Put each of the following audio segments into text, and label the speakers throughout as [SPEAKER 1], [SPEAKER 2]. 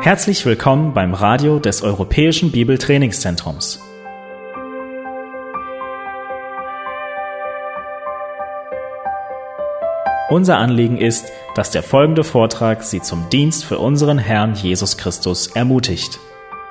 [SPEAKER 1] Herzlich willkommen beim Radio des Europäischen Bibeltrainingszentrums. Unser Anliegen ist, dass der folgende Vortrag Sie zum Dienst für unseren Herrn Jesus Christus ermutigt.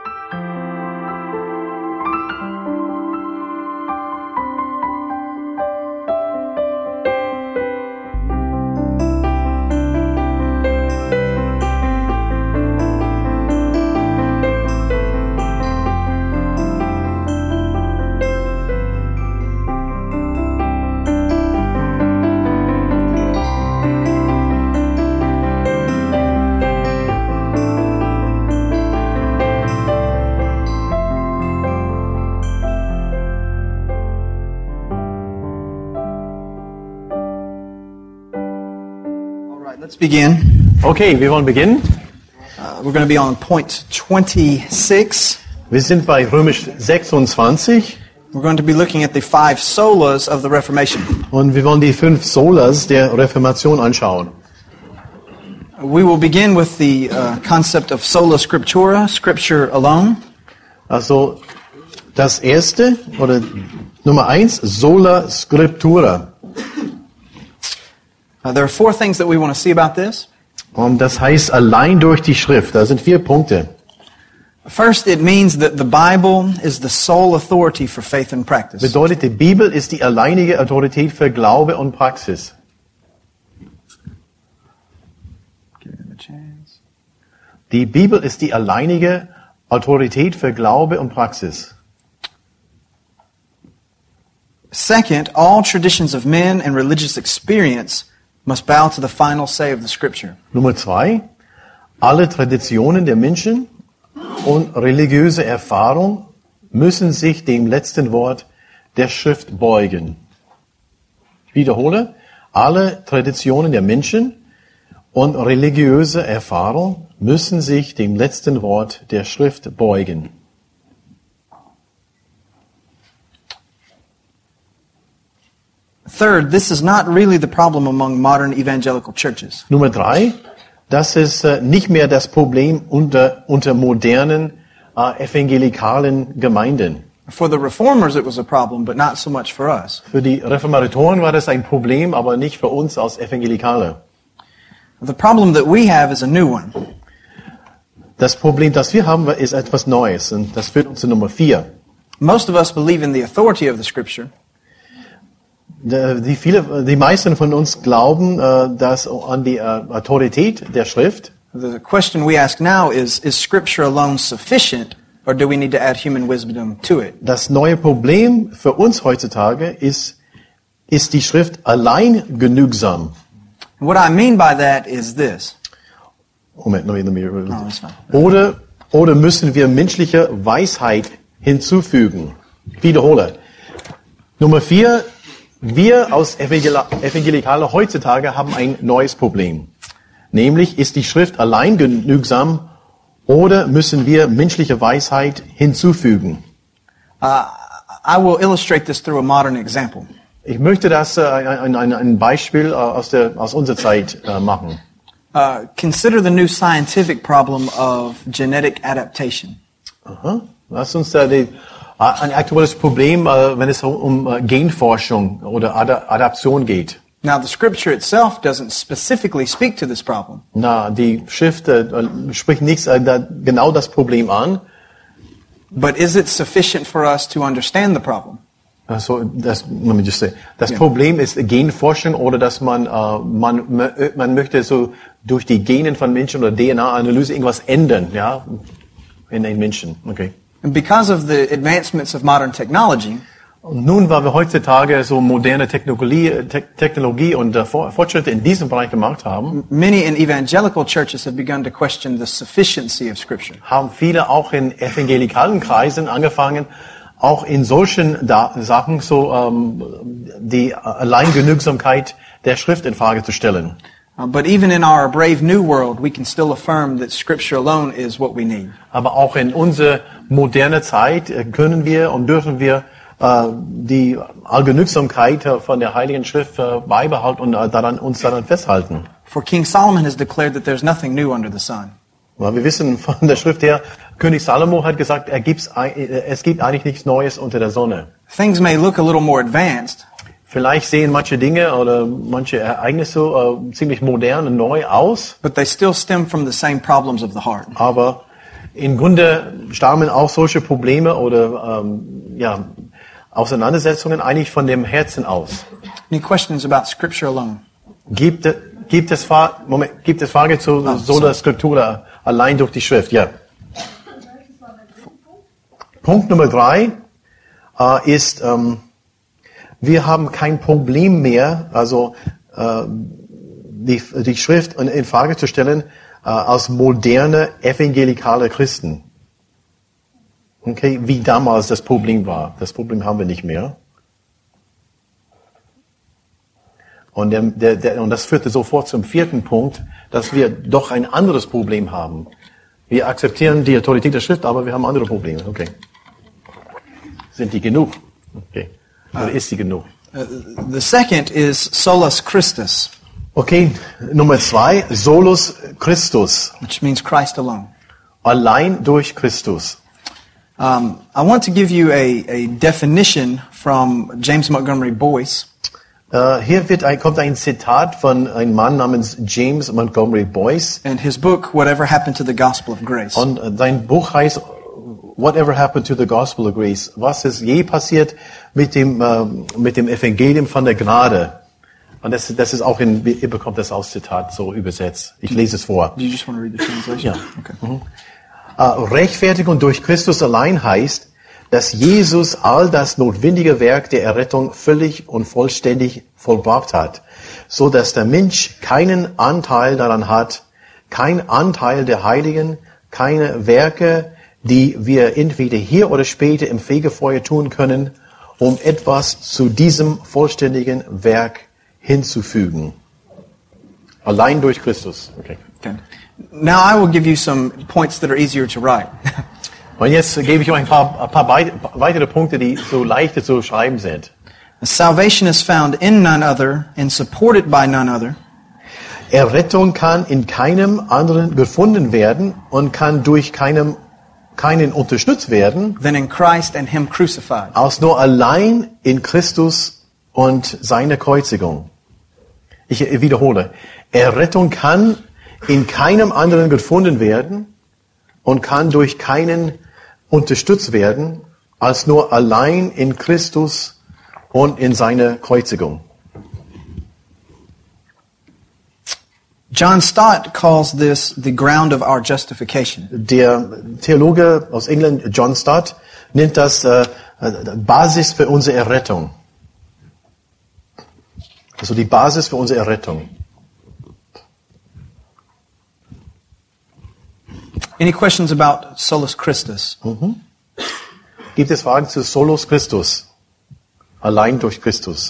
[SPEAKER 2] Let's begin.
[SPEAKER 3] Okay, wir wollen beginnen.
[SPEAKER 2] We're going to be on point 26.
[SPEAKER 3] Wir sind bei Römisch 26
[SPEAKER 2] We're going to be looking at the 5 solas of the Reformation.
[SPEAKER 3] und wir wollen die 5 Solas der Reformation anschauen.
[SPEAKER 2] We will begin with the concept of sola scriptura, scripture alone.
[SPEAKER 3] Also das erste oder Nummer 1, Sola Scriptura.
[SPEAKER 2] There are 4 things that we want to see about this.
[SPEAKER 3] Und das heißt allein durch die Schrift. Da sind 4 Punkte.
[SPEAKER 2] First, it means that the Bible is the sole authority for faith and practice.
[SPEAKER 3] Bedeutet, die Bibel ist die alleinige Autorität für Glaube und Praxis.
[SPEAKER 2] Give him a chance.
[SPEAKER 3] Die Bibel ist die alleinige Autorität für Glaube und Praxis.
[SPEAKER 2] Second, all traditions of men and religious experience must bow to the final say of the Scripture.
[SPEAKER 3] Nummer 2, alle Traditionen der Menschen und religiöse Erfahrung müssen sich dem letzten Wort der Schrift beugen. Ich wiederhole, alle Traditionen der Menschen und religiöse Erfahrung müssen sich dem letzten Wort der Schrift beugen.
[SPEAKER 2] Third, this is not really the problem among modern evangelical churches.
[SPEAKER 3] Nummer 3, das ist nicht mehr das Problem unter modernen evangelikalen Gemeinden.
[SPEAKER 2] For the reformers it was a problem, but not so much for us.
[SPEAKER 3] Für die Reformatoren war das ein Problem, aber nicht für uns als Evangelikale.
[SPEAKER 2] The problem that we have is a new one.
[SPEAKER 3] Das Problem, das wir haben, ist etwas Neues und das führt uns zu Nummer 4.
[SPEAKER 2] Most of us believe in the authority of the Scripture,
[SPEAKER 3] Die meisten von uns glauben, dass an die Autorität der Schrift.
[SPEAKER 2] The question we ask now is Scripture alone sufficient, or do we need to add human wisdom to it?
[SPEAKER 3] Das neue Problem für uns heutzutage ist die Schrift allein genügsam?
[SPEAKER 2] And what I mean by that is this.
[SPEAKER 3] Moment, let me
[SPEAKER 2] Oh, that's fine.
[SPEAKER 3] oder müssen wir menschliche Weisheit hinzufügen? Ich wiederhole. Nummer 4, wir als Evangelikale heutzutage haben ein neues Problem. Nämlich, ist die Schrift allein genügsam oder müssen wir menschliche Weisheit hinzufügen?
[SPEAKER 2] I will illustrate this through a modern example.
[SPEAKER 3] Ich möchte das ein Beispiel aus unserer Zeit machen.
[SPEAKER 2] Consider the new scientific problem of genetic adaptation.
[SPEAKER 3] Aha. Lass uns da ein aktuelles Problem, wenn es um Genforschung oder Adaption geht.
[SPEAKER 2] Now, the Scripture itself doesn't specifically speak to this problem.
[SPEAKER 3] Die Schrift spricht nicht genau das Problem an.
[SPEAKER 2] But is it sufficient for us to understand the problem?
[SPEAKER 3] Also, let me just say, das Problem ist Genforschung oder dass man möchte so durch die Genen von Menschen oder DNA-Analyse irgendwas ändern, ja, in den Menschen. Okay.
[SPEAKER 2] And because of the advancements of modern technology,
[SPEAKER 3] Und nun, weil wir heutzutage so moderne Technologie und Fortschritte in diesem Bereich gemacht haben,
[SPEAKER 2] many in evangelical churches have begun to question the sufficiency of Scripture.
[SPEAKER 3] haben viele auch in evangelikalen Kreisen angefangen, auch in solchen Sachen so die Alleingenügsamkeit der Schrift in Frage zu stellen.
[SPEAKER 2] But even in our brave new world, we can still affirm that Scripture alone is what we need.
[SPEAKER 3] Aber auch in unserer modernen Zeit können wir und dürfen wir die Allgenügsamkeit von der Heiligen Schrift beibehalten und uns daran festhalten.
[SPEAKER 2] For King Solomon has declared that there's nothing new under the sun.
[SPEAKER 3] Weil wir wissen von der Schrift her, König Salomo hat gesagt, es gibt eigentlich nichts Neues unter der Sonne.
[SPEAKER 2] Things may look a little more advanced,
[SPEAKER 3] Vielleicht sehen manche Dinge oder manche Ereignisse ziemlich modern und neu aus,
[SPEAKER 2] but they still stem from the same problems of the heart.
[SPEAKER 3] aber im Grunde stammen auch solche Probleme oder Auseinandersetzungen eigentlich von dem Herzen aus.
[SPEAKER 2] Any questions about Scripture alone?
[SPEAKER 3] Gibt es Frage zu Sola Scriptura allein durch die Schrift? Ja. Punkt Nummer 3 ist, wir haben kein Problem mehr, also die Schrift in Frage zu stellen als moderne evangelikale Christen. Okay, wie damals das Problem war. Das Problem haben wir nicht mehr. Und das führte sofort zum 4. Punkt, dass wir doch ein anderes Problem haben. Wir akzeptieren die Autorität der Schrift, aber wir haben andere Probleme. Okay. Sind die genug? Okay. Oder ist die genug?
[SPEAKER 2] The second is solus Christus,
[SPEAKER 3] Okay, Nummer 2, Solus Christus.
[SPEAKER 2] which means Christ alone.
[SPEAKER 3] Allein durch Christus.
[SPEAKER 2] I want to give you a definition from James Montgomery Boyce.
[SPEAKER 3] Hier kommt ein Zitat von einem Mann namens James Montgomery Boyce.
[SPEAKER 2] And his book, Whatever Happened to the Gospel of Grace.
[SPEAKER 3] Und sein Buch heißt Whatever Happened to the Gospel of Grace. Was ist je passiert mit dem Evangelium von der Gnade? Und das ist auch ihr bekommt das als Zitat so übersetzt. Ich lese es vor.
[SPEAKER 2] Do you just want to read the translation?
[SPEAKER 3] Ja.
[SPEAKER 2] Okay.
[SPEAKER 3] Rechtfertigung durch Christus allein heißt, dass Jesus all das notwendige Werk der Errettung völlig und vollständig vollbracht hat, so dass der Mensch keinen Anteil daran hat, kein Anteil der Heiligen, keine Werke, die wir entweder hier oder später im Fegefeuer tun können, um etwas zu diesem vollständigen Werk hinzufügen. Allein durch Christus. Okay.
[SPEAKER 2] Okay. Now I will give you some points that are easier to write.
[SPEAKER 3] Und jetzt gebe ich euch ein paar weitere Punkte, die so leichter zu schreiben sind.
[SPEAKER 2] Salvation is found in none other and supported by none other
[SPEAKER 3] Errettung kann in keinem anderen gefunden werden und kann durch keinen unterstützt werden,
[SPEAKER 2] than in Christ and Him crucified.
[SPEAKER 3] als nur allein in Christus und seiner Kreuzigung. Ich wiederhole. Errettung kann in keinem anderen gefunden werden und kann durch keinen unterstützt werden, als nur allein in Christus und in seiner Kreuzigung.
[SPEAKER 2] John Stott calls this the ground of our justification.
[SPEAKER 3] Der Theologe aus England, John Stott, nennt das Basis für unsere Errettung. Also die Basis für unsere Errettung.
[SPEAKER 2] Any questions about solus Christus?
[SPEAKER 3] Gibt es Fragen zu Solus Christus? Allein durch Christus.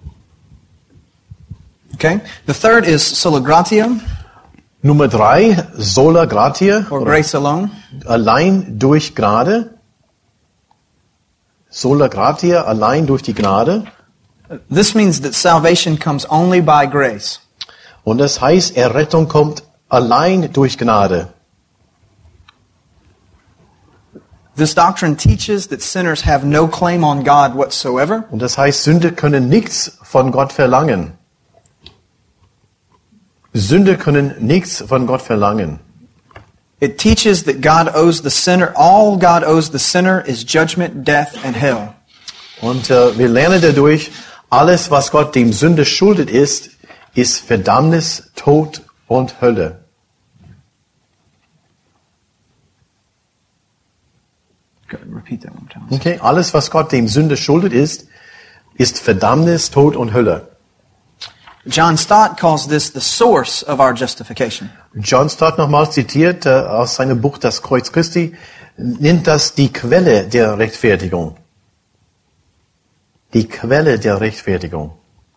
[SPEAKER 2] Okay. The third is sola gratia,
[SPEAKER 3] Nummer 3, Sola Gratia,
[SPEAKER 2] or grace alone.
[SPEAKER 3] allein durch Gnade. Sola Gratia, allein durch die Gnade.
[SPEAKER 2] This means that salvation comes only by grace.
[SPEAKER 3] Und das heißt, Errettung kommt allein durch Gnade.
[SPEAKER 2] This doctrine teaches that sinners have no claim on God whatsoever,
[SPEAKER 3] Und das heißt, Sünder können nichts von Gott verlangen. Sünder können nichts von Gott verlangen.
[SPEAKER 2] It teaches that God owes the sinner, all God owes the sinner is judgment, death, and hell.
[SPEAKER 3] Und wir lernen dadurch, alles, was Gott dem Sünder schuldet ist Verdammnis, Tod und Hölle.
[SPEAKER 2] Repeat that one more time.
[SPEAKER 3] Okay, alles, was Gott dem Sünder schuldet ist Verdammnis, Tod und Hölle.
[SPEAKER 2] John Stott calls this the source of our justification.
[SPEAKER 3] John Stott nochmal zitiert aus seinem Buch Das Kreuz Christi, nennt das die Quelle der Rechtfertigung. Die Quelle der Rechtfertigung.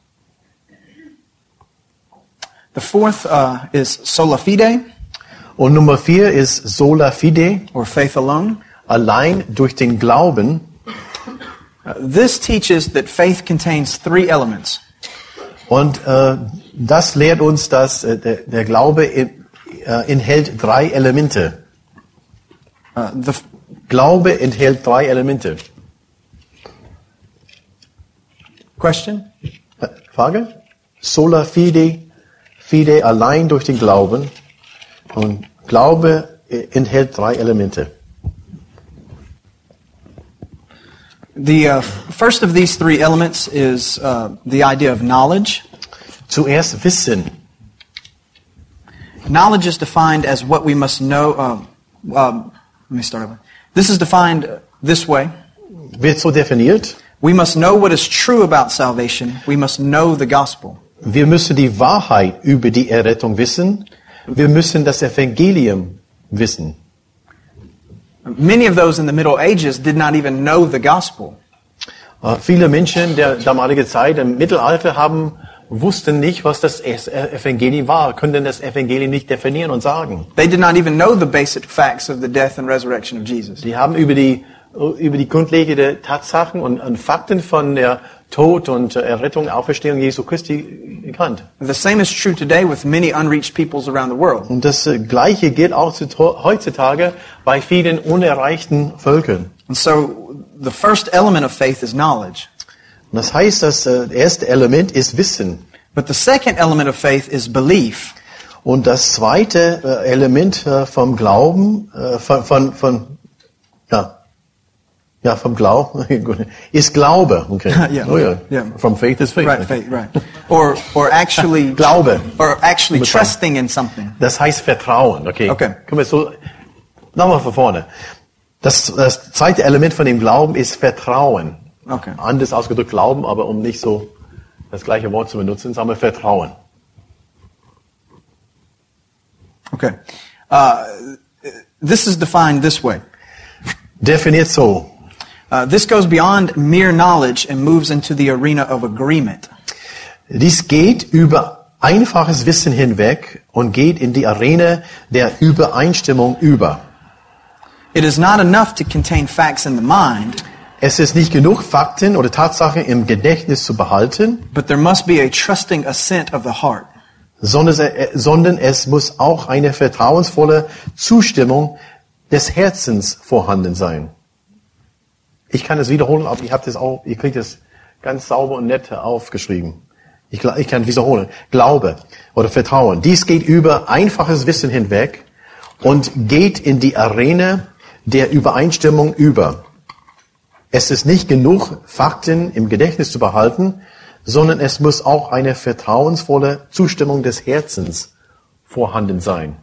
[SPEAKER 2] The fourth is sola fide,
[SPEAKER 3] Und Nummer 4 ist Sola Fide,
[SPEAKER 2] or faith alone.
[SPEAKER 3] allein durch den Glauben.
[SPEAKER 2] This teaches that faith contains three elements.
[SPEAKER 3] Und das lehrt uns, dass der Glaube enthält 3 Elemente.
[SPEAKER 2] The
[SPEAKER 3] Glaube enthält 3 Elemente.
[SPEAKER 2] question?
[SPEAKER 3] Frage? Sola fide, fide allein durch den Glauben. Und Glaube enthält 3 Elemente.
[SPEAKER 2] The first of these 3 elements is the idea of knowledge.
[SPEAKER 3] Zuerst Wissen.
[SPEAKER 2] Knowledge is defined as what we must know. Let me start over. This is defined this way.
[SPEAKER 3] Wird so definiert.
[SPEAKER 2] We must know what is true about salvation. We must know the gospel.
[SPEAKER 3] Wir müssen die Wahrheit über die Errettung wissen. Wir müssen das Evangelium wissen.
[SPEAKER 2] Many of those in the Middle Ages did not even know the gospel.
[SPEAKER 3] Viele Menschen der damaligen Zeit im Mittelalter wussten nicht, was das Evangelium war, konnten das Evangelium nicht definieren und sagen.
[SPEAKER 2] They did not even know the basic facts of the death and resurrection of Jesus.
[SPEAKER 3] Die haben über die grundlegenden Tatsachen und Fakten von der Tod und Errettung, Auferstehung Jesu Christi gekannt.
[SPEAKER 2] The same is true today with many unreached peoples around the world.
[SPEAKER 3] Und das Gleiche gilt auch heutzutage bei vielen unerreichten Völkern.
[SPEAKER 2] And so the first element of faith is knowledge.
[SPEAKER 3] Und das heißt, das erste Element ist Wissen.
[SPEAKER 2] But the second element of faith is belief.
[SPEAKER 3] Und das zweite Element vom Glauben, vom Glauben, ist Glaube. Okay.
[SPEAKER 2] Yeah.
[SPEAKER 3] Oh ja.
[SPEAKER 2] Yeah.
[SPEAKER 3] From faith is faith.
[SPEAKER 2] Right, faith, right. Or actually
[SPEAKER 3] Glaube.
[SPEAKER 2] Or actually trusting in something.
[SPEAKER 3] Das heißt Vertrauen. Okay.
[SPEAKER 2] Okay.
[SPEAKER 3] Können wir so nochmal von vorne. Das zweite Element von dem Glauben ist Vertrauen.
[SPEAKER 2] Okay.
[SPEAKER 3] Anders ausgedrückt Glauben, aber um nicht so das gleiche Wort zu benutzen, sagen wir Vertrauen.
[SPEAKER 2] Okay. This is defined this way.
[SPEAKER 3] Definiert so.
[SPEAKER 2] This goes beyond mere knowledge and moves into the arena of agreement.
[SPEAKER 3] Dies geht über einfaches Wissen hinweg und geht in die Arena der Übereinstimmung über.
[SPEAKER 2] It is not enough to contain facts in the mind,
[SPEAKER 3] Es ist nicht genug, Fakten oder Tatsachen im Gedächtnis zu behalten,
[SPEAKER 2] but there must be a trusting assent of the heart.
[SPEAKER 3] sondern es muss auch eine vertrauensvolle Zustimmung des Herzens vorhanden sein. Ich kann es wiederholen, aber ihr kriegt es ganz sauber und nett aufgeschrieben. Ich kann wiederholen. Glaube oder Vertrauen. Dies geht über einfaches Wissen hinweg und geht in die Arena der Übereinstimmung über. Es ist nicht genug, Fakten im Gedächtnis zu behalten, sondern es muss auch eine vertrauensvolle Zustimmung des Herzens vorhanden sein.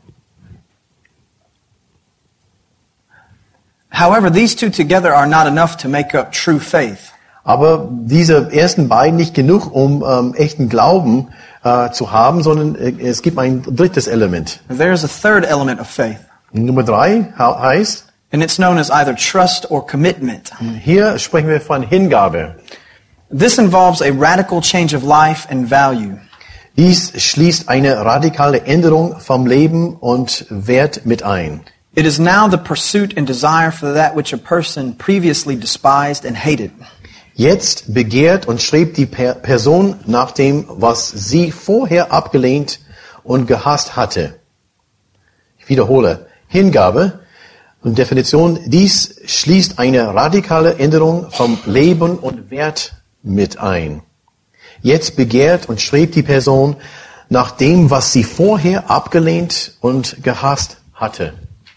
[SPEAKER 2] However, these two together are not enough to make up true faith.
[SPEAKER 3] Aber diese ersten beiden nicht genug, um echten Glauben zu haben, sondern es gibt ein drittes Element.
[SPEAKER 2] There is a third element of faith,
[SPEAKER 3] Nummer 3 heißt,
[SPEAKER 2] and it's known as either trust or commitment.
[SPEAKER 3] hier sprechen wir von Hingabe.
[SPEAKER 2] This involves a radical change of life and value.
[SPEAKER 3] Dies schließt eine radikale Änderung vom Leben und Wert mit ein.
[SPEAKER 2] It is now the pursuit and desire for that which a person previously despised and hated.
[SPEAKER 3] Jetzt begehrt und strebt die Person nach dem, was sie vorher abgelehnt und gehasst hatte. Ich wiederhole. Hingabe und Definition. Dies schließt eine radikale Änderung vom Leben und Wert mit ein. Jetzt begehrt und strebt die Person nach dem, was sie vorher abgelehnt und gehasst hatte.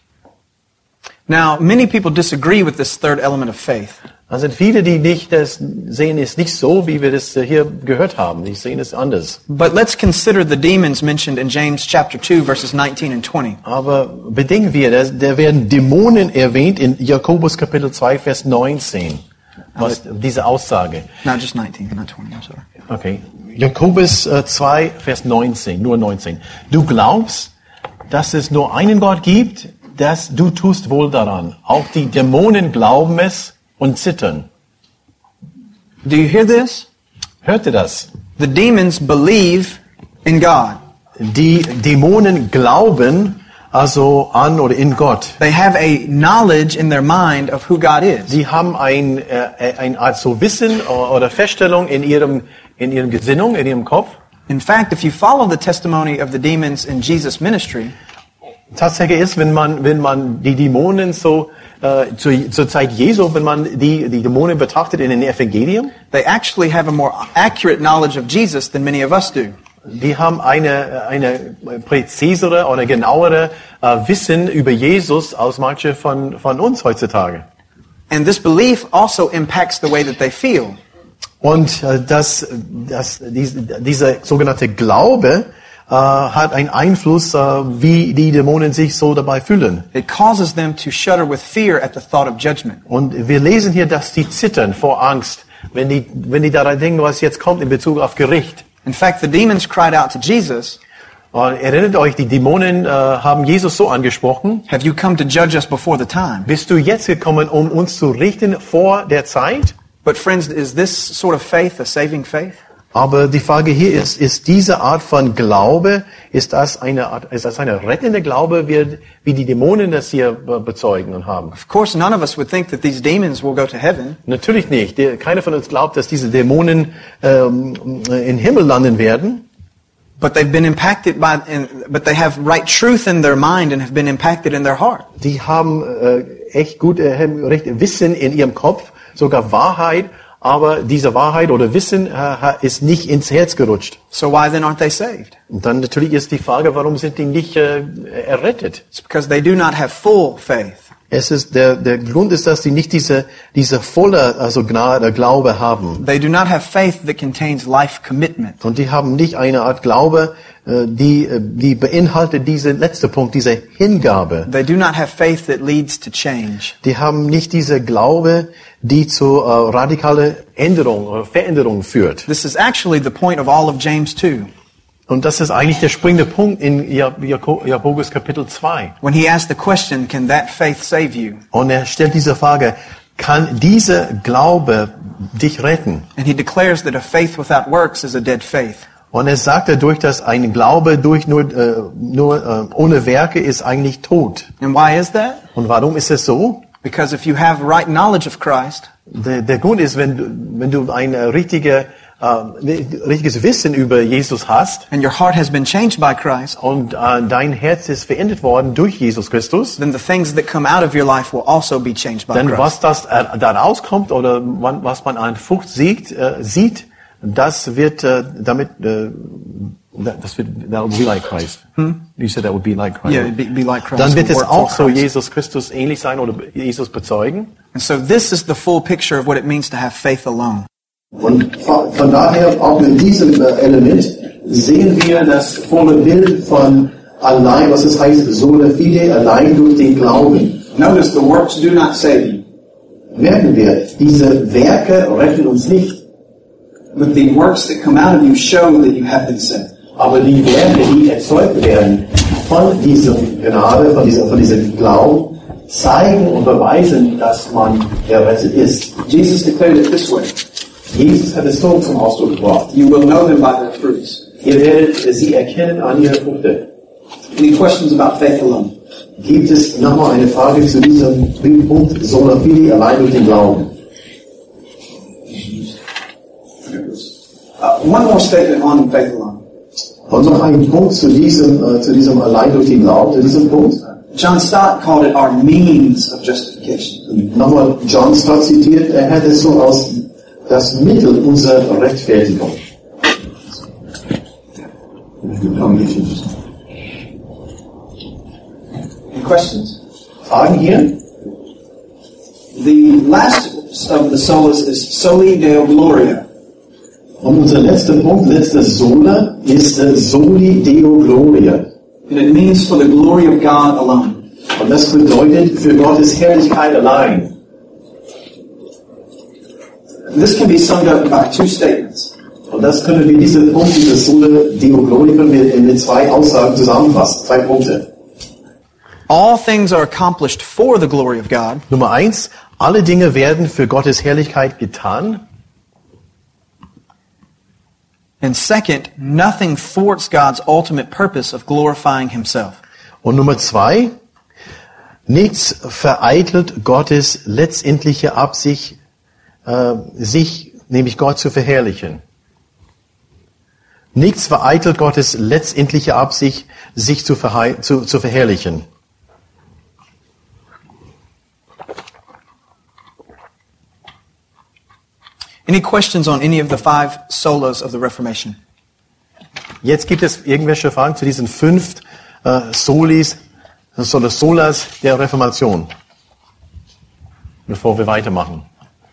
[SPEAKER 2] Now, many people disagree with this third element of faith.
[SPEAKER 3] Also viele, die nicht das sehen, es nicht so, wie wir das hier gehört haben. Die sehen es anders.
[SPEAKER 2] But let's consider the demons mentioned in James chapter 2 verses 19 and 20.
[SPEAKER 3] Aber bedenken wir, da werden Dämonen erwähnt in Jakobus Kapitel 2, Vers 19. Was diese Aussage.
[SPEAKER 2] No, just 19, not 20, I'm sorry.
[SPEAKER 3] Okay. Jakobus 2, Vers 19, nur 19. Du glaubst, dass es nur einen Gott gibt, dass du tust wohl daran. Auch die Dämonen glauben es und zittern.
[SPEAKER 2] Do you hear this?
[SPEAKER 3] Hört ihr das?
[SPEAKER 2] The demons believe in God.
[SPEAKER 3] Die Dämonen glauben also an oder in Gott.
[SPEAKER 2] They have a knowledge in their mind of who God is.
[SPEAKER 3] Sie haben ein Art so Wissen oder Feststellung in ihrem Gesinnung, in ihrem Kopf.
[SPEAKER 2] In fact, if you follow the testimony of the demons in Jesus' ministry,
[SPEAKER 3] Tatsache ist, wenn man die Dämonen zur Zeit Jesu, wenn man die Dämonen betrachtet in den Evangelium,
[SPEAKER 2] they actually have a more accurate knowledge of Jesus than many of us do.
[SPEAKER 3] die haben eine präzisere oder genauere Wissen über Jesus als manche von uns heutzutage.
[SPEAKER 2] And this belief also impacts the way that they feel.
[SPEAKER 3] Und dieser sogenannte Glaube hat einen Einfluss, wie die Dämonen sich so dabei fühlen.
[SPEAKER 2] It causes them to shudder with fear at the thought of judgment.
[SPEAKER 3] Und wir lesen hier, dass die zittern vor Angst, wenn die daran denken, was jetzt kommt in Bezug auf Gericht.
[SPEAKER 2] In fact, the demons cried out to Jesus,
[SPEAKER 3] Und erinnert euch, die Dämonen haben Jesus so angesprochen:
[SPEAKER 2] "Have you come to judge us before the time?"
[SPEAKER 3] Bist du jetzt gekommen, um uns zu richten vor der Zeit?
[SPEAKER 2] But friends, is this sort of faith a saving faith?
[SPEAKER 3] Aber die Frage hier ist diese Art von Glaube, ist das eine rettende Glaube, wie die Dämonen das hier bezeugen und haben?
[SPEAKER 2] Of course, none of us would think that these demons will go to heaven.
[SPEAKER 3] Natürlich nicht. Keiner von uns glaubt, dass diese Dämonen im Himmel landen werden.
[SPEAKER 2] But they've been impacted but they have right truth in their mind and have been impacted in their heart.
[SPEAKER 3] Die haben echt gut recht Wissen in ihrem Kopf, sogar Wahrheit, aber diese Wahrheit oder Wissen ist nicht ins Herz gerutscht.
[SPEAKER 2] So why then aren't they saved?
[SPEAKER 3] Und dann natürlich ist die Frage, warum sind die nicht errettet?
[SPEAKER 2] It's because they do not have full faith.
[SPEAKER 3] Es ist der Grund ist, dass sie nicht diese volle Glaube haben.
[SPEAKER 2] They do not have faith that contains life commitment.
[SPEAKER 3] Und die haben nicht eine Art Glaube, die beinhaltet diesen letzten Punkt, diese Hingabe.
[SPEAKER 2] They do not have faith that leads to change.
[SPEAKER 3] Die haben nicht diese Glaube, die zu radikale Änderung oder Veränderung führt.
[SPEAKER 2] This is actually the point of all of James 2.
[SPEAKER 3] Und das ist eigentlich der springende Punkt in Jakobus Kapitel 2.
[SPEAKER 2] When he asked the question, can that faith save you?
[SPEAKER 3] Und er stellt diese Frage, kann dieser Glaube dich retten?
[SPEAKER 2] And he declares that a faith without works is a dead faith.
[SPEAKER 3] Und er sagt dadurch, dass ein Glaube nur ohne Werke ist eigentlich tot.
[SPEAKER 2] And why is that?
[SPEAKER 3] Und warum ist es so?
[SPEAKER 2] Because if you have right knowledge of Christ,
[SPEAKER 3] Der Grund ist, wenn du ein richtiges Wissen über Jesus hast
[SPEAKER 2] and your heart has been changed by Christ,
[SPEAKER 3] und dein Herz ist verändert worden durch Jesus Christus,
[SPEAKER 2] then the things that come out of your life will also be changed by
[SPEAKER 3] dann
[SPEAKER 2] Christ.
[SPEAKER 3] was da rauskommt oder was man an Frucht sieht, das wird that will be like Christ. You said that would be like Christ.
[SPEAKER 2] Yeah, it'd be like Christ.
[SPEAKER 3] Dann wird es
[SPEAKER 2] for
[SPEAKER 3] auch so
[SPEAKER 2] Christ.
[SPEAKER 3] Jesus Christus ähnlich sein oder Jesus bezeugen.
[SPEAKER 2] And so this is the full picture of what it means to have faith alone.
[SPEAKER 4] Und von daher, auch mit diesem Element, sehen wir das volle Bild von allein, was es heißt, sola fide, allein durch den Glauben.
[SPEAKER 2] Notice the works do not save you,
[SPEAKER 4] Merken wir, diese Werke retten uns nicht,
[SPEAKER 2] but the works that come out of you show that you have been saved.
[SPEAKER 4] aber die Werke, die erzeugt werden von diesem Gnade, von diesem Glauben, zeigen und beweisen, dass man errettet ist.
[SPEAKER 2] Jesus declared it this way:
[SPEAKER 4] Jesus hat es so zum Ausdruck gebracht.
[SPEAKER 2] you will know them by their fruits.
[SPEAKER 4] Ihr werdet sie erkennen an ihrer Früchte.
[SPEAKER 2] Any questions about faith alone?
[SPEAKER 4] Gibt es nochmal eine Frage zu diesem Punkt, sola fide, allein durch den Glauben?
[SPEAKER 2] One more statement on faith alone.
[SPEAKER 4] Und noch ein Punkt zu diesem allein durch den Glauben, zu diesem Punkt.
[SPEAKER 2] John Stott called it our means of justification.
[SPEAKER 4] Nochmal John Stott zitiert, er hat es so als das Mittel unserer Rechtfertigung.
[SPEAKER 2] Any questions?
[SPEAKER 4] Fragen hier?
[SPEAKER 2] The last of the solas is Soli Deo Gloria.
[SPEAKER 4] Und unser letzter Punkt, letzter Sola, ist Soli Deo Gloria.
[SPEAKER 2] And it means for the glory of God alone.
[SPEAKER 4] Und das bedeutet für Gottes Herrlichkeit allein.
[SPEAKER 2] This can be summed up by two statements.
[SPEAKER 4] Und das können wir, diesen Punkt, diese Sola Deo Gloria, können wir mit zwei Aussagen zusammenfassen. Zwei Punkte.
[SPEAKER 2] All things are accomplished for the glory of God.
[SPEAKER 3] Nummer 1, alle Dinge werden für Gottes Herrlichkeit getan.
[SPEAKER 2] And second, nothing thwarts God's ultimate purpose of glorifying Himself.
[SPEAKER 3] Und Nummer 2, nichts vereitelt Gottes letztendliche Absicht, nämlich Gott zu verherrlichen. Nichts vereitelt Gottes letztendliche Absicht, sich zu verherrlichen.
[SPEAKER 2] Any questions on any of the 5 solas of the Reformation?
[SPEAKER 3] Jetzt gibt es irgendwelche Fragen zu diesen 5 Solas der Reformation, bevor wir weitermachen.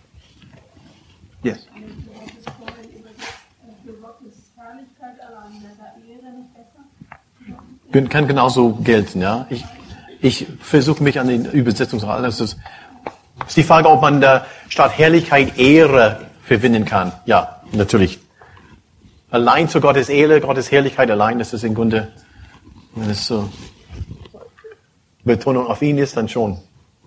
[SPEAKER 2] Yes.
[SPEAKER 3] Kann genauso gelten, ja. Ich versuche mich an den Übersetzungen zu halten. Das ist die Frage, ob man da statt Herrlichkeit Ehre verwenden kann. Ja, natürlich. Allein zu Gottes Ehre, Gottes Herrlichkeit allein, das ist im Grunde, wenn es so Betonung auf ihn ist, dann schon.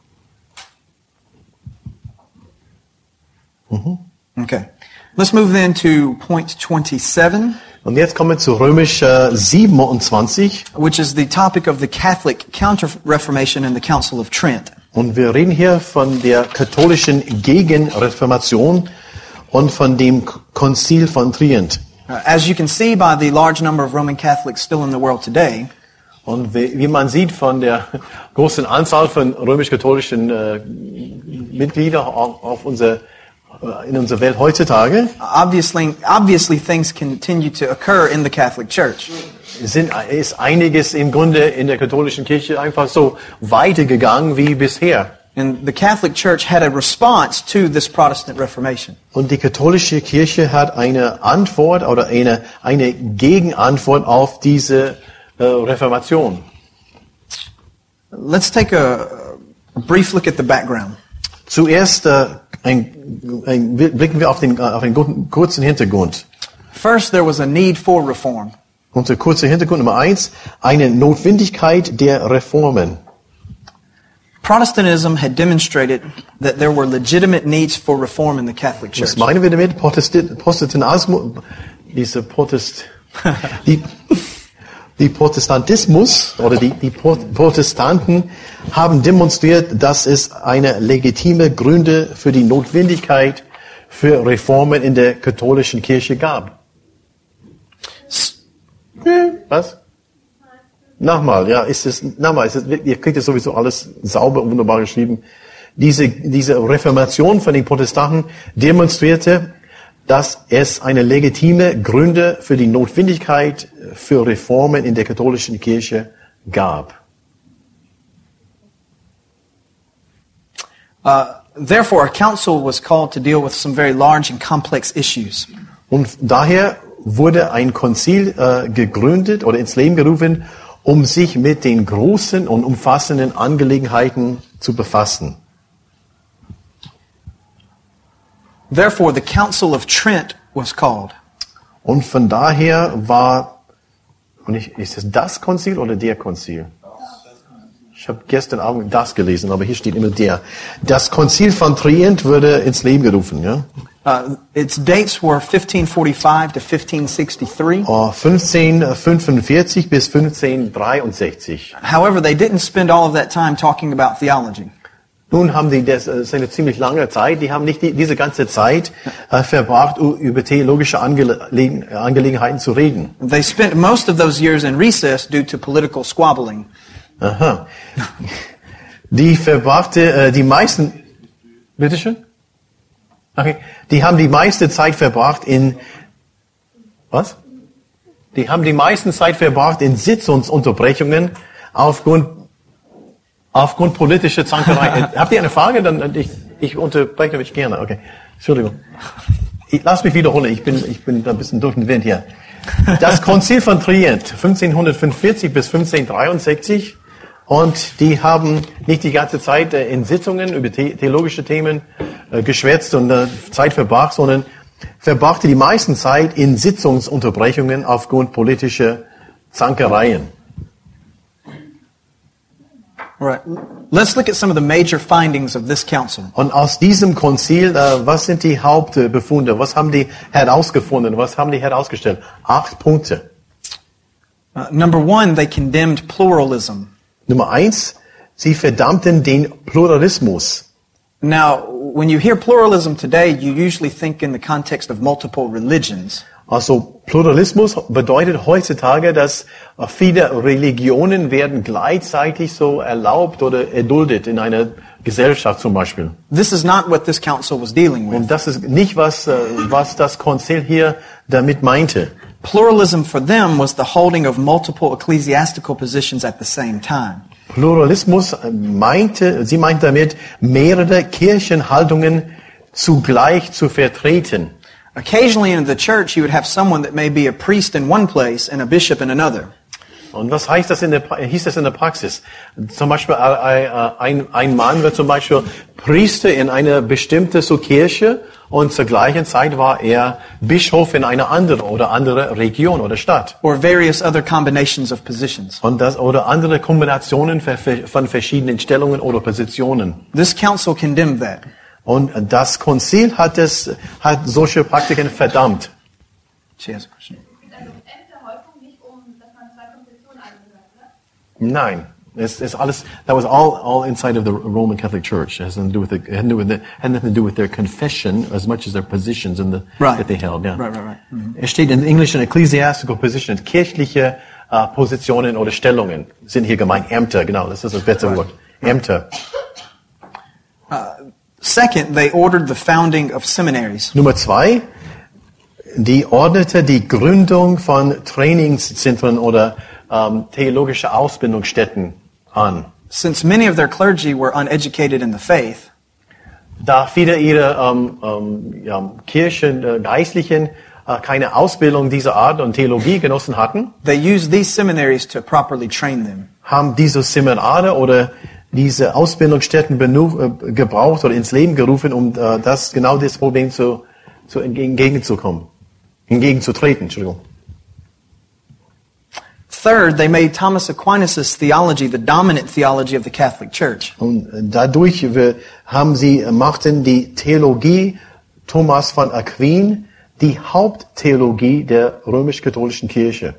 [SPEAKER 2] Okay. Let's move then to point 27,
[SPEAKER 3] Und jetzt kommen wir zu Römisch 27.
[SPEAKER 2] which is the topic of the Catholic Counter-Reformation in the Council of Trent.
[SPEAKER 3] Und wir reden hier von der katholischen Gegenreformation und von dem Konzil von Trient.
[SPEAKER 2] As you can see by the large number of Roman Catholics still in the world today,
[SPEAKER 3] Und wie man sieht von der großen Anzahl von römisch-katholischen Mitgliedern in unserer Welt heutzutage,
[SPEAKER 2] obviously things continue to occur in the Catholic Church.
[SPEAKER 3] ist einiges im Grunde in der katholischen Kirche einfach so weitergegangen wie bisher.
[SPEAKER 2] And the Catholic Church had a response to this Protestant Reformation.
[SPEAKER 3] Und die katholische Kirche hat eine Antwort oder eine Gegenantwort auf diese Reformation.
[SPEAKER 2] Let's take a brief look at the background.
[SPEAKER 3] Zuerst blicken wir auf den kurzen Hintergrund.
[SPEAKER 2] First, there was a need for reform.
[SPEAKER 3] Unser kurzer Hintergrund Nummer 1, eine Notwendigkeit der Reformen.
[SPEAKER 2] Protestantism had demonstrated that there were legitimate needs for reform in the Catholic Church.
[SPEAKER 3] Was meinen wir damit? Die Protestantismus oder die Protestanten haben demonstriert, dass es eine legitime Gründe für die Notwendigkeit für Reformen in der katholischen Kirche gab. Was? Nochmal, ja, ihr kriegt es sowieso alles sauber und wunderbar geschrieben. Diese Reformation von den Protestanten demonstrierte, dass es eine legitime Gründe für die Notwendigkeit für Reformen in der katholischen Kirche gab.
[SPEAKER 2] Therefore, a council was called to deal with some very large and complex issues.
[SPEAKER 3] Und daher wurde ein Konzil gegründet oder ins Leben gerufen, um sich mit den großen und umfassenden Angelegenheiten zu befassen.
[SPEAKER 2] Therefore, the Council of Trent was called.
[SPEAKER 3] Und von daher war, ist es das Konzil oder der Konzil? Ich habe gestern Abend das gelesen, aber hier steht immer der. Das Konzil von Trient wurde ins Leben gerufen, ja?
[SPEAKER 2] Its dates were 1545 to 1563.
[SPEAKER 3] 1545 bis 1563.
[SPEAKER 2] However, they didn't spend all of that time talking about theology.
[SPEAKER 3] Nun haben das ist eine ziemlich lange Zeit, die haben nicht diese ganze Zeit verbracht, über theologische Angelegenheiten zu reden.
[SPEAKER 2] They spent most of those years in recess due to political squabbling.
[SPEAKER 3] Aha. Die verbrachte die meisten, bitteschön? Okay. Die haben die meiste Zeit verbracht in, was? Die haben die meiste Zeit verbracht in Sitzungsunterbrechungen aufgrund politischer Zankerei. Habt ihr eine Frage? Dann ich unterbreche mich gerne. Okay. Entschuldigung. Lass mich wiederholen. Ich bin da ein bisschen durch den Wind hier. Das Konzil von Trient 1545 bis 1563 und die haben nicht die ganze Zeit in Sitzungen über theologische Themen geschwätzt und Zeit verbracht, sondern verbrachte die meisten Zeit in Sitzungsunterbrechungen aufgrund politischer Zankereien.
[SPEAKER 2] Right. Let's look at some of the major findings of this council.
[SPEAKER 3] Und aus diesem Konzil, was sind die Hauptbefunde? Was haben die herausgefunden? Was haben die herausgestellt? 8 Punkte.
[SPEAKER 2] Number 1, they condemned pluralism.
[SPEAKER 3] Nummer 1, sie verdammten den Pluralismus.
[SPEAKER 2] Now, when you hear pluralism today, you usually think in the context of multiple religions.
[SPEAKER 3] Also Pluralismus bedeutet heutzutage, dass viele Religionen werden gleichzeitig so erlaubt oder erduldet in einer Gesellschaft zum Beispiel.
[SPEAKER 2] This is not what this council was dealing with.
[SPEAKER 3] Und das ist nicht, was das Konzil hier damit meinte.
[SPEAKER 2] Pluralism for them was the holding of multiple ecclesiastical positions at the same time.
[SPEAKER 3] Pluralismus sie meinte damit, mehrere Kirchenhaltungen zugleich zu vertreten.
[SPEAKER 2] Occasionally in the church you would have someone that may be a priest in one place and a bishop in another.
[SPEAKER 3] Und was hieß das in der Praxis? Zum Beispiel ein Mann wird zum Beispiel Priester in einer bestimmten Kirche und zur gleichen Zeit war er Bischof in einer anderen oder andere Region oder Stadt.
[SPEAKER 2] Or various other combinations of positions.
[SPEAKER 3] Und oder andere Kombinationen von verschiedenen Stellungen oder Positionen.
[SPEAKER 2] This council condemned that.
[SPEAKER 3] Und das Konzil hat solche Praktiken verdammt.
[SPEAKER 2] She has a question.
[SPEAKER 3] Nein, it's alles. That was all inside of the Roman Catholic Church. It has nothing to do with their confession as much as their positions that they held. Yeah.
[SPEAKER 2] Right. Mm-hmm.
[SPEAKER 3] Es steht in English in ecclesiastical position, kirchliche Positionen oder Stellungen sind hier gemeint. Ämter, genau, das ist das bessere Wort. Ämter.
[SPEAKER 2] Second, they ordered the founding of seminaries.
[SPEAKER 3] Nummer 2, die ordnete die Gründung von Trainingszentren oder theologische Ausbildungsstätten an.
[SPEAKER 2] Since many of their clergy were uneducated in the faith,
[SPEAKER 3] da viele ihrer Geistlichen keine Ausbildung dieser Art und Theologie genossen hatten,
[SPEAKER 2] they used these seminaries to properly train them.
[SPEAKER 3] Haben diese Seminare oder diese Ausbildungsstätten gebraucht oder ins Leben gerufen, um das Problem entgegenzutreten. Entschuldigung.
[SPEAKER 2] Third, they made Thomas Aquinas' theology the dominant theology of the Catholic Church.
[SPEAKER 3] Und dadurch machten die Theologie Thomas von Aquin die Haupttheologie der römisch-katholischen Kirche.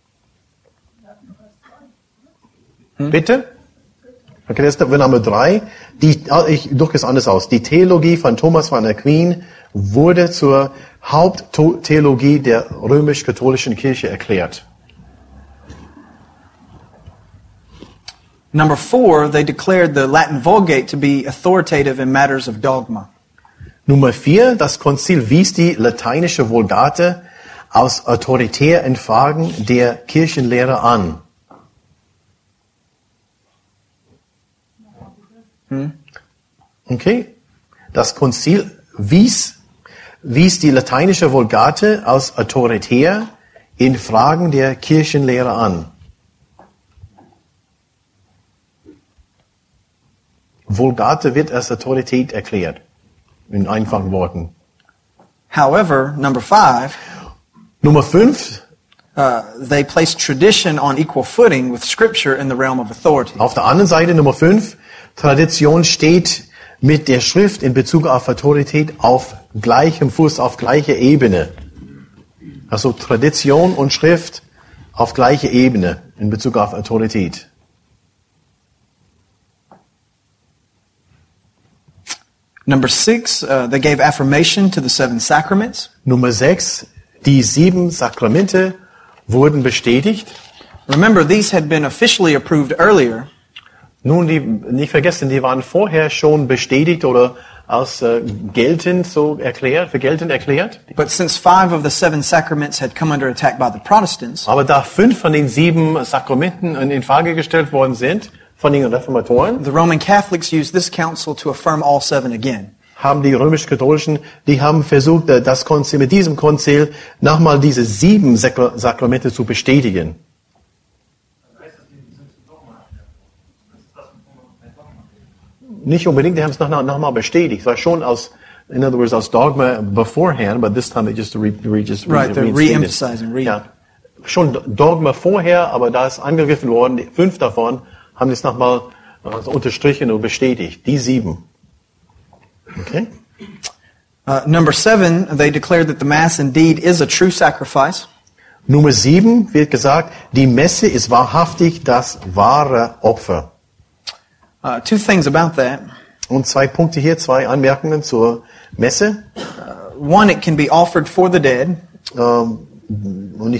[SPEAKER 3] Bitte? Okay, das ist Nummer 3. Ich drücke es anders aus. Die Theologie von Thomas von Aquin wurde zur Haupttheologie der römisch-katholischen Kirche erklärt.
[SPEAKER 2] Number 4, they declared the Latin Vulgate to be authoritative in matters of dogma.
[SPEAKER 3] Nummer 4, das Konzil wies die lateinische Vulgate als autoritär in Fragen der Kirchenlehre an. Okay, das Konzil wies die lateinische Vulgate als autoritär in Fragen der Kirchenlehre an. Vulgate wird als Autorität erklärt, in einfachen Worten.
[SPEAKER 2] However, number 5,
[SPEAKER 3] Nummer 5,
[SPEAKER 2] they placed tradition on equal footing with Scripture in the realm of authority.
[SPEAKER 3] Auf der anderen Seite, Nummer 5, Tradition steht mit der Schrift in Bezug auf Autorität auf gleichem Fuß, auf gleicher Ebene. Also Tradition und Schrift auf gleicher Ebene in Bezug auf Autorität.
[SPEAKER 2] Number 6, they gave affirmation to the 7 sacraments.
[SPEAKER 3] Nummer 6, die 7 Sakramente wurden bestätigt.
[SPEAKER 2] Remember, these had been officially approved earlier.
[SPEAKER 3] Nun, nicht vergessen, die waren vorher schon bestätigt oder als geltend erklärt.
[SPEAKER 2] But since 5 of the 7 sacraments had come under attack by the Protestants,
[SPEAKER 3] Aber da 5 von den 7 Sakramenten in Frage gestellt worden sind von den Reformatoren,
[SPEAKER 2] the Roman Catholics used this council to affirm all 7 again.
[SPEAKER 3] haben die römisch-katholischen, die haben versucht, das Konzil, mit diesem Konzil nochmal diese 7 Sakramente zu bestätigen. Nicht unbedingt, die haben es nochmal bestätigt. Es war schon in other words, als Dogma beforehand, but this time they just
[SPEAKER 2] Right, they're re-emphasizing.
[SPEAKER 3] Ja, schon Dogma vorher, aber da ist angegriffen worden, 5 davon haben es nochmal unterstrichen und bestätigt. Die 7. Okay?
[SPEAKER 2] Number 7, they declared that the Mass indeed is a true sacrifice.
[SPEAKER 3] Nummer 7 wird gesagt, die Messe ist wahrhaftig das wahre Opfer.
[SPEAKER 2] 2 things about that.
[SPEAKER 3] Und 2 Punkte hier, 2 Anmerkungen zur Messe.
[SPEAKER 2] 1, it can be offered for the dead.
[SPEAKER 3] Und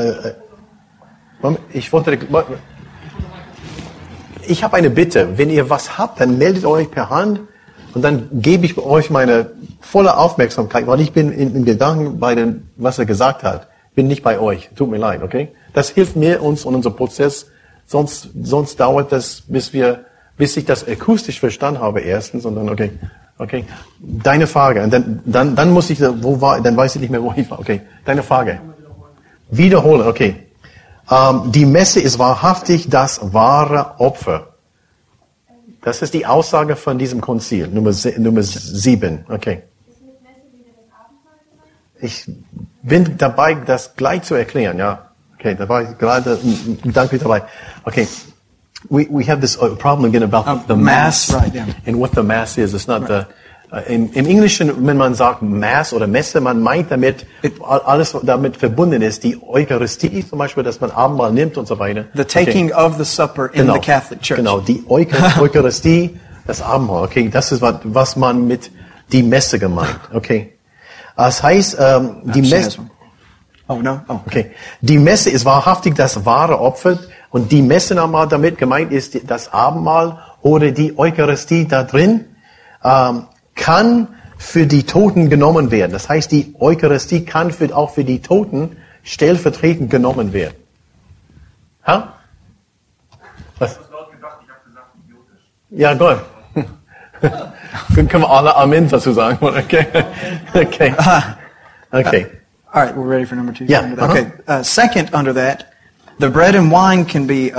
[SPEAKER 3] ich habe eine Bitte. Wenn ihr was habt, dann meldet euch per Hand und dann gebe ich euch meine volle Aufmerksamkeit, weil ich bin in Gedanken bei dem, was er gesagt hat. Bin nicht bei euch. Tut mir leid, okay? Das hilft mir, uns und unser Prozess. Sonst dauert das, bis ich das akustisch verstanden habe erstens und dann, okay. Deine Frage. Und dann muss ich, dann weiß ich nicht mehr, wo ich war. Okay. Deine Frage. Wiederholen, okay. Die Messe ist wahrhaftig das wahre Opfer. Das ist die Aussage von diesem Konzil, Nummer 7. Okay. Ich bin dabei, das gleich zu erklären, ja. Okay, da war ich gerade danke dabei. Okay. We have this problem again about the Mass,
[SPEAKER 2] right, yeah.
[SPEAKER 3] And what the Mass is. It's not the im Englischen, wenn man sagt Mass oder Messe, man meint damit alles, was damit verbunden ist, die Eucharistie zum Beispiel, dass man Abendmahl nimmt und so weiter.
[SPEAKER 2] The taking of the supper in the Catholic Church.
[SPEAKER 3] Genau, die Eucharistie, das Abendmahl. Okay, das ist was man mit die Messe gemeint. Okay, das heißt die Messe.
[SPEAKER 2] Oh no. Oh.
[SPEAKER 3] Okay, die Messe ist wahrhaftig das wahre Opfer und die Messe nochmal damit gemeint ist das Abendmahl oder die Eucharistie da drin. Kann für die Toten genommen werden. Das heißt, die Eucharistie kann auch für die Toten stellvertretend genommen werden. Ha? Was?
[SPEAKER 5] Ich habe laut gedacht, ich habe gesagt, idiotisch.
[SPEAKER 3] Ja, gut. Dann können wir alle Amen dazu sagen. Okay. Okay. Okay.
[SPEAKER 2] All right, we're ready for number 2.
[SPEAKER 3] Yeah.
[SPEAKER 2] Okay. Second, under that, the bread and wine can be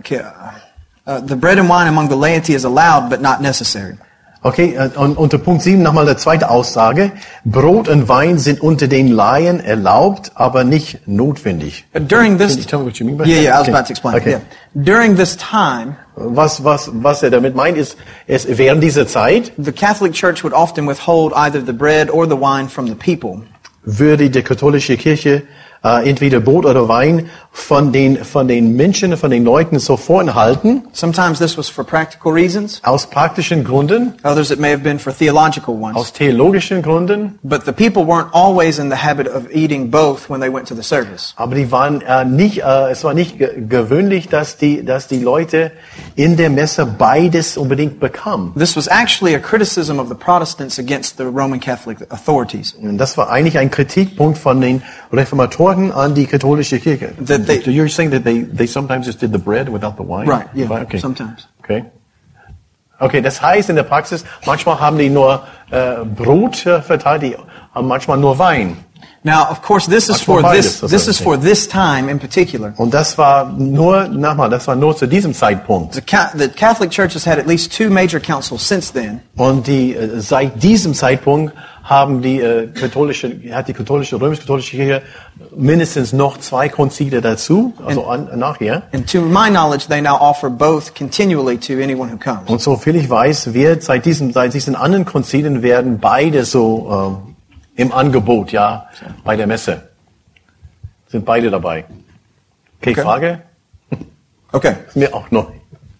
[SPEAKER 2] the bread and wine among the laity is allowed, but not necessary.
[SPEAKER 3] Okay, und unter Punkt 7 nochmal eine zweite Aussage. Brot und Wein sind unter den Laien erlaubt, aber nicht notwendig.
[SPEAKER 2] During this,
[SPEAKER 3] Can you tell me what you mean by
[SPEAKER 2] yeah,
[SPEAKER 3] that?
[SPEAKER 2] I was about to explain.
[SPEAKER 3] Okay.
[SPEAKER 2] Yeah. During this time,
[SPEAKER 3] Was er damit meint, ist während dieser Zeit
[SPEAKER 2] the Catholic Church would often withhold either the bread or the wine from the people.
[SPEAKER 3] würde die katholische Kirche entweder Brot oder Wein von den Menschen, von den Leuten so vorenthalten.
[SPEAKER 2] Sometimes this was for practical reasons.
[SPEAKER 3] Aus praktischen Gründen,
[SPEAKER 2] Others it may have been for theological ones.
[SPEAKER 3] aus theologischen Gründen.
[SPEAKER 2] But the people weren't always in the habit of eating both when they went to the service.
[SPEAKER 3] Aber die waren es war nicht gewöhnlich, dass die Leute in der Messe beides unbedingt bekamen.
[SPEAKER 2] This was actually a criticism of the Protestants against the Roman Catholic authorities.
[SPEAKER 3] Und das war eigentlich ein Kritikpunkt von den Reformatoren an die katholische Kirche.
[SPEAKER 2] That they-
[SPEAKER 3] So you're saying that they sometimes just did the bread without the wine?
[SPEAKER 2] Right, yeah,
[SPEAKER 3] Okay.
[SPEAKER 2] sometimes.
[SPEAKER 3] Okay. Okay, das heißt in der Praxis, manchmal haben die nur Brot verteilt, die haben manchmal nur Wein.
[SPEAKER 2] Now, of course, this is
[SPEAKER 3] Actual
[SPEAKER 2] for
[SPEAKER 3] bias,
[SPEAKER 2] this
[SPEAKER 3] that's
[SPEAKER 2] is
[SPEAKER 3] what
[SPEAKER 2] for
[SPEAKER 3] I'm
[SPEAKER 2] this time in particular.
[SPEAKER 3] Und das war nur zu diesem Zeitpunkt.
[SPEAKER 2] The Catholic Church has had at least 2 major councils since then.
[SPEAKER 3] Und seit diesem Zeitpunkt hat die römisch-katholische Kirche mindestens noch 2 Konzile dazu, also nachher.
[SPEAKER 2] And to my knowledge, they now offer both continually to anyone who comes.
[SPEAKER 3] Und so viel ich weiß, seit diesen anderen Konzilen werden beide so im Angebot, ja, bei der Messe. Sind beide dabei. Okay. Frage?
[SPEAKER 2] Okay.
[SPEAKER 3] Ist mir auch neu.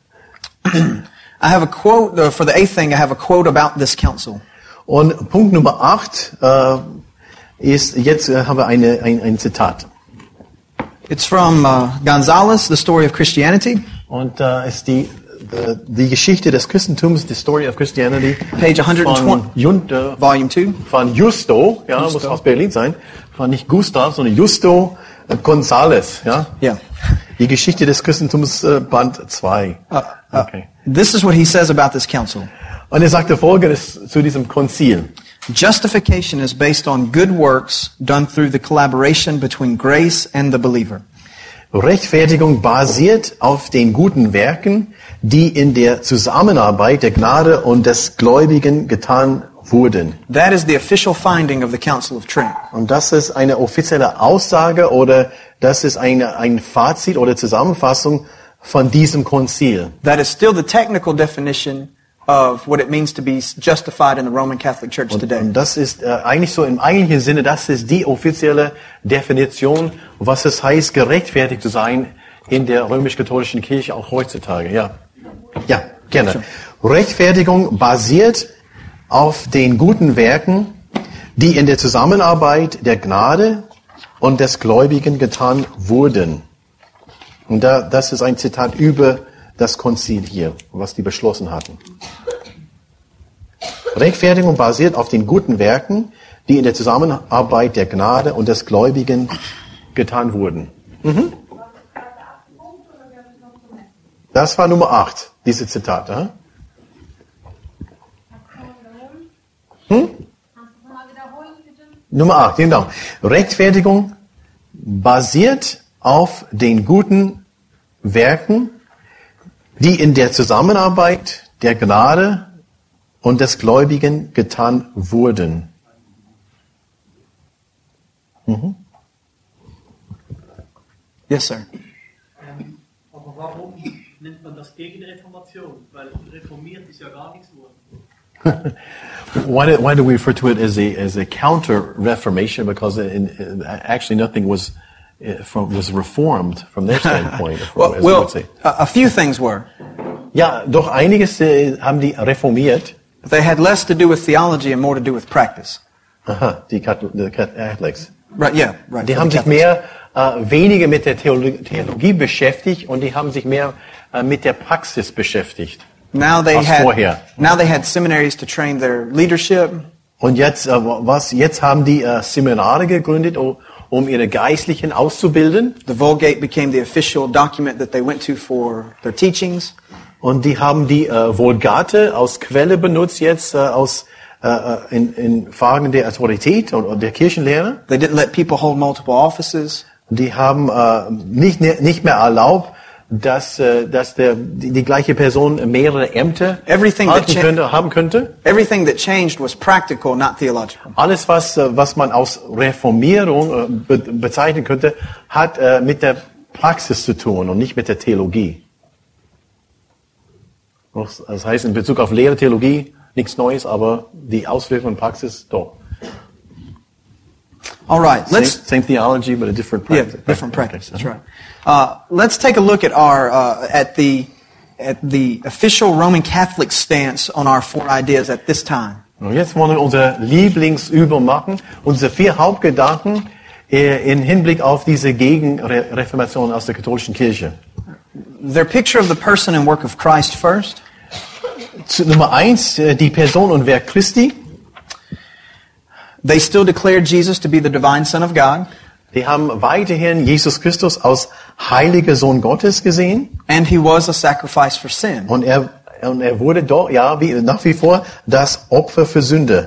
[SPEAKER 2] I have a quote, for the 8th thing, I have a quote about this council.
[SPEAKER 3] Und Punkt Nummer 8 ist, jetzt haben wir ein Zitat.
[SPEAKER 2] It's from Gonzalez, The Story of Christianity,
[SPEAKER 3] Und ist die Geschichte des Christentums, the Story of Christianity,
[SPEAKER 2] Page 120, Volume 2.
[SPEAKER 3] von Justo, ja, muss aus Berlin sein, von nicht Gustav, sondern Justo Gonzalez, ja.
[SPEAKER 2] Yeah.
[SPEAKER 3] Die Geschichte des Christentums, Band 2. Okay.
[SPEAKER 2] This is what he says about this council.
[SPEAKER 3] Und er sagte Folgendes zu diesem Konzil.
[SPEAKER 2] Justification is based on good works done through the collaboration between grace and the believer.
[SPEAKER 3] Rechtfertigung basiert auf den guten Werken, die in der Zusammenarbeit der Gnade und des Gläubigen getan wurden.
[SPEAKER 2] That is the official finding of the Council of Trent.
[SPEAKER 3] Und das ist eine offizielle Aussage oder das ist ein Fazit oder Zusammenfassung von diesem Konzil.
[SPEAKER 2] That is still the technical definition of what it means to be justified in the Roman Catholic Church today.
[SPEAKER 3] Und das ist eigentlich so im eigentlichen Sinne, das ist die offizielle Definition, was es heißt, gerechtfertigt zu sein in der römisch-katholischen Kirche auch heutzutage. Ja, gerne. Rechtfertigung basiert auf den guten Werken, die in der Zusammenarbeit der Gnade und des Gläubigen getan wurden. Und das ist ein Zitat über das Konzil hier, was die beschlossen hatten. Rechtfertigung basiert auf den guten Werken, die in der Zusammenarbeit der Gnade und des Gläubigen getan wurden. Das war Nummer 8, diese Zitate. Nummer 8, genau. Rechtfertigung basiert auf den guten Werken, die in der Zusammenarbeit der Gnade und des Gläubigen getan wurden.
[SPEAKER 2] Yes, sir.
[SPEAKER 6] Aber warum nennt man das Gegenreformation? Weil reformiert ist ja gar nichts geworden.
[SPEAKER 3] Why do we refer to it as a counter Reformation? Because actually nothing was reformed from their standpoint. as we would say.
[SPEAKER 2] A few things were.
[SPEAKER 3] Ja, doch einiges haben die reformiert.
[SPEAKER 2] They had less to do with theology and more to do with practice.
[SPEAKER 3] Aha, die Catholics.
[SPEAKER 2] Right, yeah, right.
[SPEAKER 3] Die
[SPEAKER 2] for
[SPEAKER 3] haben
[SPEAKER 2] the
[SPEAKER 3] sich
[SPEAKER 2] Catholics.
[SPEAKER 3] weniger mit der Theologie beschäftigt und die haben sich mehr mit der Praxis beschäftigt.
[SPEAKER 2] Now they
[SPEAKER 3] als vorher.
[SPEAKER 2] had seminaries to train their leadership.
[SPEAKER 3] Und jetzt haben die Seminare gegründet, um ihre Geistlichen auszubilden.
[SPEAKER 2] The Vulgate became the official document that they went to for their teachings.
[SPEAKER 3] Und die haben die Vulgate als Quelle benutzt jetzt in Fragen der Autorität und der Kirchenlehre.
[SPEAKER 2] They didn't let people hold multiple offices.
[SPEAKER 3] Die haben nicht mehr erlaubt, dass die gleiche Person mehrere Ämter haben könnte.
[SPEAKER 2] Everything that changed was practical, not theological.
[SPEAKER 3] Alles, was man als Reformierung bezeichnen könnte, hat mit der Praxis zu tun und nicht mit der Theologie. Das heißt, in Bezug auf Lehre, Theologie, nichts Neues, aber die Auswirkungen und Praxis doch.
[SPEAKER 2] All right,
[SPEAKER 3] Same theology, but a different practice.
[SPEAKER 2] Yeah, different practice. That's right. Let's take a look at our at the official Roman Catholic stance on our 4 ideas at this time.
[SPEAKER 3] Und jetzt wollen wir unsere Lieblingsübung machen, unsere 4 Hauptgedanken in Hinblick auf diese Gegenreformation aus der katholischen Kirche.
[SPEAKER 2] Their picture of the person and work of Christ first.
[SPEAKER 3] Nummer 1, die Person und Werk Christi.
[SPEAKER 2] They still declared Jesus to be the divine Son of God.
[SPEAKER 3] Die haben weiterhin Jesus Christus als heiliger Sohn Gottes gesehen.
[SPEAKER 2] And he was a sacrifice for sin.
[SPEAKER 3] Und er wurde doch, nach wie vor das Opfer für Sünde.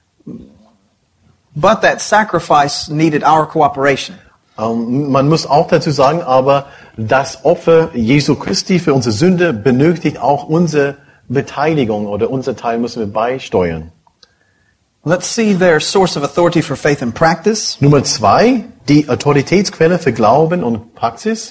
[SPEAKER 2] But that sacrifice needed our cooperation.
[SPEAKER 3] Man muss auch dazu sagen, aber das Opfer Jesu Christi für unsere Sünde benötigt auch unsere Beteiligung oder unser Teil müssen wir beisteuern.
[SPEAKER 2] Let's see their source of authority for faith and practice.
[SPEAKER 3] Nummer 2, die Autoritätsquelle für Glauben und Praxis.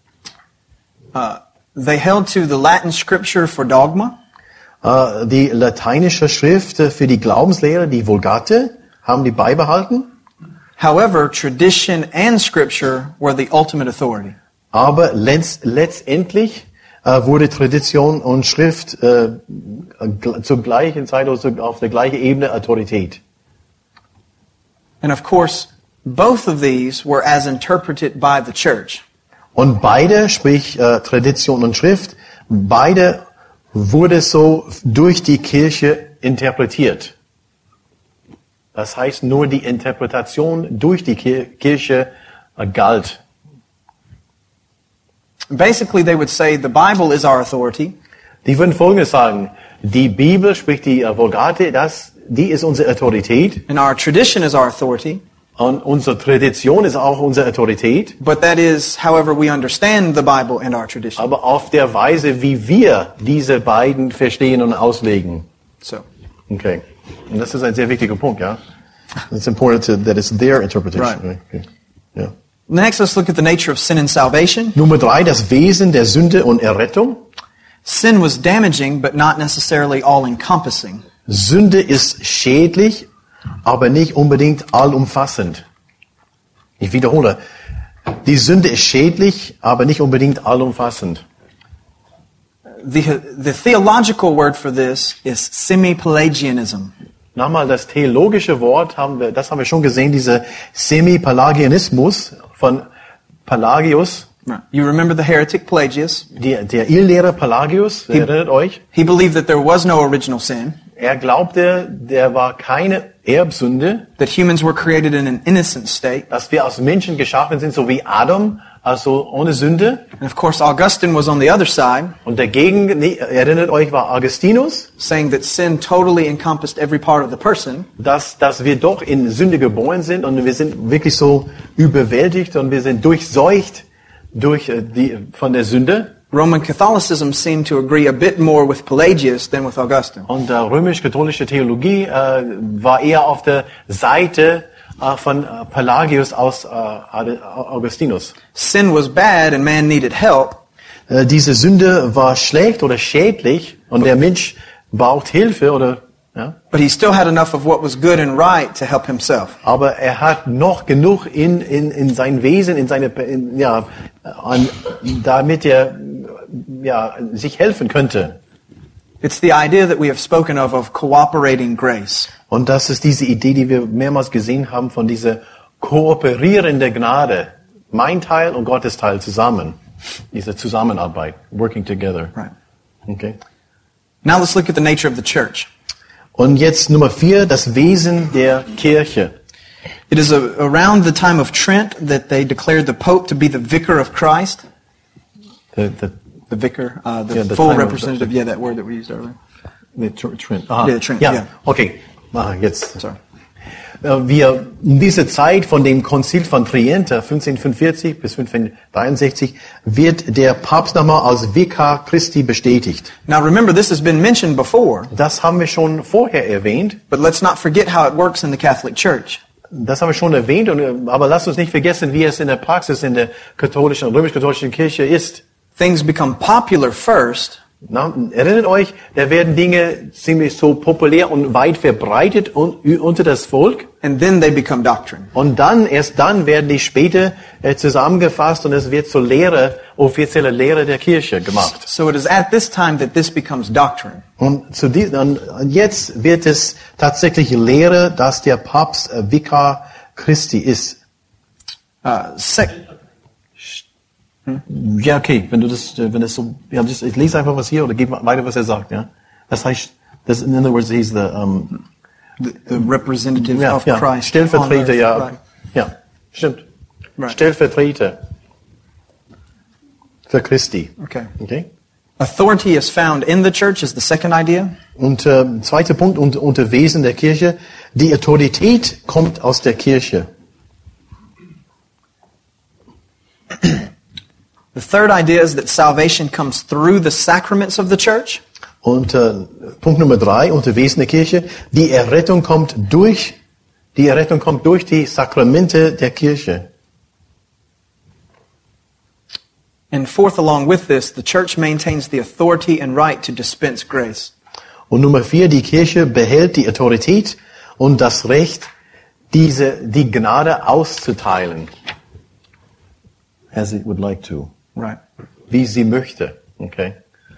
[SPEAKER 2] They held to the Latin scripture for dogma.
[SPEAKER 3] Die lateinische Schrift für die Glaubenslehre, die Vulgate, haben die beibehalten.
[SPEAKER 2] However, tradition and scripture were the ultimate authority.
[SPEAKER 3] Aber letztendlich wurde Tradition und Schrift zur gleichen Zeit oder auf der gleichen Ebene Autorität.
[SPEAKER 2] And of course, both of these were as interpreted by the church.
[SPEAKER 3] Und beide, sprich Tradition und Schrift, beide wurde so durch die Kirche interpretiert. Das heißt, nur die Interpretation durch die Kirche galt.
[SPEAKER 2] Basically, they would say the Bible is our authority.
[SPEAKER 3] Die würden Folgendes sagen: Die Bibel, sprich die Vulgate, die ist unsere Autorität.
[SPEAKER 2] And our tradition is our authority.
[SPEAKER 3] Und unsere Tradition ist auch unsere Autorität.
[SPEAKER 2] But that is however we understand the Bible and our tradition.
[SPEAKER 3] Aber auf der Weise, wie wir diese beiden verstehen und auslegen.
[SPEAKER 2] So,
[SPEAKER 3] Okay. Und das ist ein sehr wichtiger Punkt, ja. It's important that it's their interpretation.
[SPEAKER 2] Right.
[SPEAKER 3] Okay. Ja.
[SPEAKER 2] next let's look at the nature of sin and salvation.
[SPEAKER 3] Nummer 3, das Wesen der Sünde und Errettung.
[SPEAKER 2] Sin was damaging, but not necessarily all-encompassing.
[SPEAKER 3] Sünde ist schädlich, aber nicht unbedingt allumfassend. Ich wiederhole. Die Sünde ist schädlich, aber nicht unbedingt allumfassend.
[SPEAKER 2] The theological word for this is semi-Pelagianism.
[SPEAKER 3] Nochmal das theologische Wort haben wir schon gesehen, dieser Semi-Pelagianismus von Pelagius.
[SPEAKER 2] Right. You remember the heretic Pelagius?
[SPEAKER 3] Der Irrlehrer Pelagius, erinnert euch?
[SPEAKER 2] He believed that there was no original sin,
[SPEAKER 3] Er glaubte, der war keine Erbsünde,
[SPEAKER 2] that humans were created in an innocent state.
[SPEAKER 3] dass wir aus Menschen geschaffen sind, so wie Adam, also ohne Sünde.
[SPEAKER 2] And of course, Augustine was on the other side,
[SPEAKER 3] Und dagegen, erinnert euch, war Augustinus,
[SPEAKER 2] saying that sin totally encompassed every part of the person,
[SPEAKER 3] dass wir doch in Sünde geboren sind und wir sind wirklich so überwältigt und wir sind durchseucht von der Sünde.
[SPEAKER 2] Roman Catholicism seemed to agree a bit more with Pelagius than with Augustine.
[SPEAKER 3] Und römisch-katholische Theologie war eher auf der Seite von Pelagius aus Augustinus.
[SPEAKER 2] Sin was bad and man needed help,
[SPEAKER 3] Diese Sünde war schlecht oder schädlich und der Mensch braucht Hilfe oder ja.
[SPEAKER 2] but he still had enough of what was good and right to help himself.
[SPEAKER 3] Aber er hat noch genug in sein Wesen, damit er sich helfen könnte.
[SPEAKER 2] It's the idea that we have spoken of cooperating grace.
[SPEAKER 3] Und das ist diese Idee, die wir mehrmals gesehen haben, von dieser kooperierenden Gnade. Mein Teil und Gottes Teil zusammen. Diese Zusammenarbeit. Working together.
[SPEAKER 2] Right.
[SPEAKER 3] Okay.
[SPEAKER 2] Now let's look at the nature of the church.
[SPEAKER 3] Und jetzt Nummer 4, das Wesen der Kirche.
[SPEAKER 2] It is around the time of Trent that they declared the Pope to be the vicar of Christ. The vicar, the full representative, that word that we used earlier.
[SPEAKER 3] Trent.
[SPEAKER 2] Yeah, Trent,
[SPEAKER 3] Ja,
[SPEAKER 2] yeah.
[SPEAKER 3] okay. Jetzt.
[SPEAKER 2] Sorry.
[SPEAKER 3] Wir in dieser Zeit von dem Konzil von Trient, 1545 bis 1563, wird der Papst nochmal als Vikar Christi bestätigt.
[SPEAKER 2] Now remember, this has been mentioned before,
[SPEAKER 3] Das haben wir schon vorher erwähnt.
[SPEAKER 2] but let's not forget how it works in the Catholic Church.
[SPEAKER 3] Das haben wir schon erwähnt, aber lasst uns nicht vergessen, wie es in der Praxis in der katholischen, römisch-katholischen Kirche ist.
[SPEAKER 2] Things become popular first,
[SPEAKER 3] Na, erinnert euch, da werden Dinge ziemlich so populär und weit verbreitet unter das Volk.
[SPEAKER 2] and then they become doctrine.
[SPEAKER 3] Und erst dann werden die später zusammengefasst und es wird zur offizielle Lehre der Kirche gemacht.
[SPEAKER 2] So it is at this time that this becomes doctrine.
[SPEAKER 3] Und jetzt wird es tatsächlich Lehre, dass der Papst Vikar Christi ist. Ja, okay, wenn das so, ja, ich lese einfach was hier oder gebe weiter, was er sagt, ja. Das heißt, in other words, he's
[SPEAKER 2] The representative of Christ.
[SPEAKER 3] Stellvertreter,
[SPEAKER 2] on earth.
[SPEAKER 3] ja.
[SPEAKER 2] Right.
[SPEAKER 3] Ja, stimmt.
[SPEAKER 2] Right.
[SPEAKER 3] Stellvertreter für Christi.
[SPEAKER 2] Okay.
[SPEAKER 3] Okay?
[SPEAKER 2] Authority is found in the church is the second idea.
[SPEAKER 3] Und zweiter Punkt unter Wesen der Kirche, die Autorität kommt aus der Kirche.
[SPEAKER 2] The third idea is that salvation comes through the sacraments of the church.
[SPEAKER 3] Und Punkt Nummer 3 unter Wesen der Kirche, die Errettung kommt durch die Sakramente der Kirche.
[SPEAKER 2] And fourth, along with this, the church maintains the authority and right to dispense grace.
[SPEAKER 3] Und Nummer 4, die Kirche behält die Autorität und das Recht, die Gnade auszuteilen. As it would like to.
[SPEAKER 2] Right.
[SPEAKER 3] Wie sie möchte. Okay.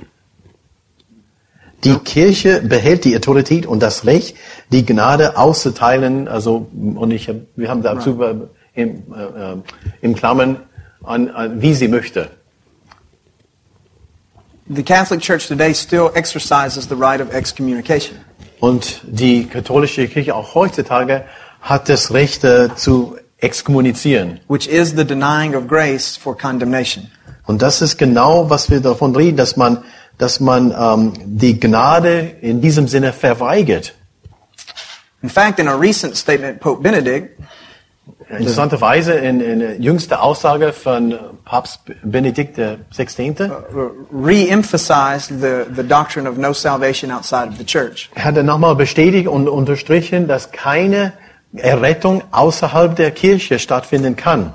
[SPEAKER 3] Die Kirche behält die Autorität und das Recht, die Gnade auszuteilen. Also, wir haben dazu im Klammern wie sie möchte.
[SPEAKER 2] The Catholic Church today still exercises the right of excommunication.
[SPEAKER 3] Und die katholische Kirche auch heutzutage hat das Recht zu exkommunizieren.
[SPEAKER 2] Which is the denying of grace for condemnation.
[SPEAKER 3] Und das ist genau, was wir davon reden, dass man die Gnade in diesem Sinne verweigert.
[SPEAKER 2] In fact, in a recent statement, Pope Benedict,
[SPEAKER 3] Interessanterweise in jüngster Aussage von Papst Benedikt XVI.
[SPEAKER 2] Re-emphasized the doctrine of no salvation outside of the church.
[SPEAKER 3] Hat er nochmal bestätigt und unterstrichen, dass keine Errettung außerhalb der Kirche stattfinden kann.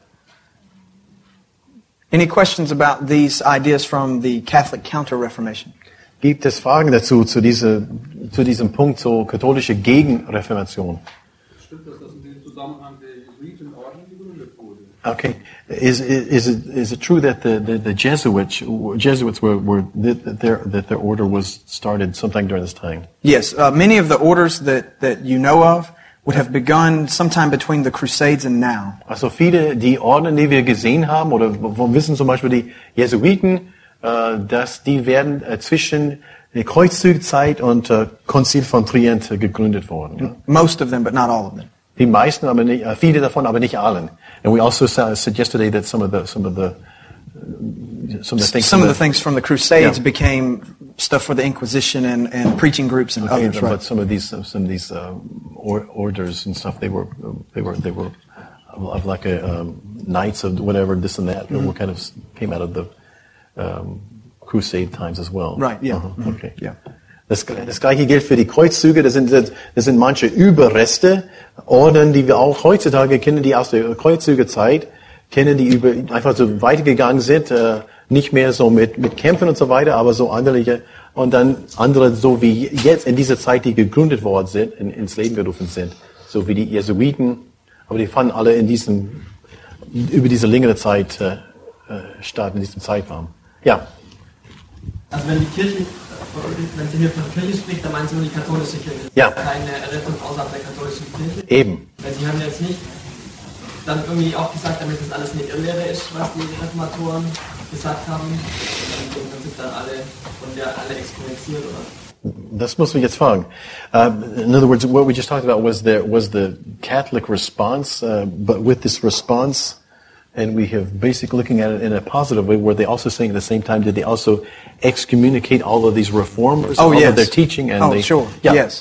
[SPEAKER 2] Any questions about these ideas from the Catholic Counter-Reformation?
[SPEAKER 3] Gibt es Fragen dazu, zu diesem Punkt, zur katholische Gegenreformation?
[SPEAKER 5] stimmt, dass das in dem Zusammenhang der Jesuitenorden gegründet wurde.
[SPEAKER 3] Okay. Is it true that the Jesuits were that their order was started sometime during this time?
[SPEAKER 2] Yes, many of the orders that you know of would have begun sometime between the Crusades and now.
[SPEAKER 3] Also viele die Orden, die wir gesehen haben, oder wir wissen zum Beispiel die Jesuiten, dass die werden zwischen der Kreuzzugzeit und Konzil von Trient gegründet worden. Ja?
[SPEAKER 2] Most of them, but not all of them.
[SPEAKER 3] Die meisten, aber nicht, viele davon, aber nicht allen. And we also said yesterday that some of the
[SPEAKER 2] things from the Crusades became stuff for the Inquisition and preaching groups and others.
[SPEAKER 3] But
[SPEAKER 2] right?
[SPEAKER 3] some of these orders and stuff, they were of like a knights of whatever, this and that. Were kind of came out of the Crusade times as well.
[SPEAKER 2] Right. Yeah.
[SPEAKER 3] Okay.
[SPEAKER 2] Yeah.
[SPEAKER 3] Das Gleiche gilt für die Kreuzzüge. Das sind manche Überreste, Orden, die wir auch heutzutage kennen, die aus der Kreuzzügezeit kennen, die einfach so weitergegangen sind, nicht mehr so mit Kämpfen und so weiter, aber so andere, und dann andere, so wie jetzt in dieser Zeit, die gegründet worden sind, ins Leben gerufen sind, so wie die Jesuiten, aber die fanden alle über diese längere Zeit statt, in diesem Zeitraum. Ja.
[SPEAKER 7] Also wenn Sie hier von der Kirche spricht, dann meinen Sie nur die katholische Kirche.
[SPEAKER 3] Ja.
[SPEAKER 7] Keine Errettung außerhalb der katholischen Kirche.
[SPEAKER 3] Eben.
[SPEAKER 7] Weil Sie haben jetzt nicht dann irgendwie auch gesagt, damit das alles eine Irrlehre ist, was die Reformatoren gesagt haben. Dann sind dann alle exkommuniziert, oder?
[SPEAKER 3] Das muss ich jetzt fragen. In other words, what we just talked about was the Catholic response, but with this response, and we have basically looking at it in a positive way, were they also saying at the same time, did they also excommunicate all of these reformers, all of their teaching? And
[SPEAKER 2] sure.
[SPEAKER 3] Ja,
[SPEAKER 2] yes.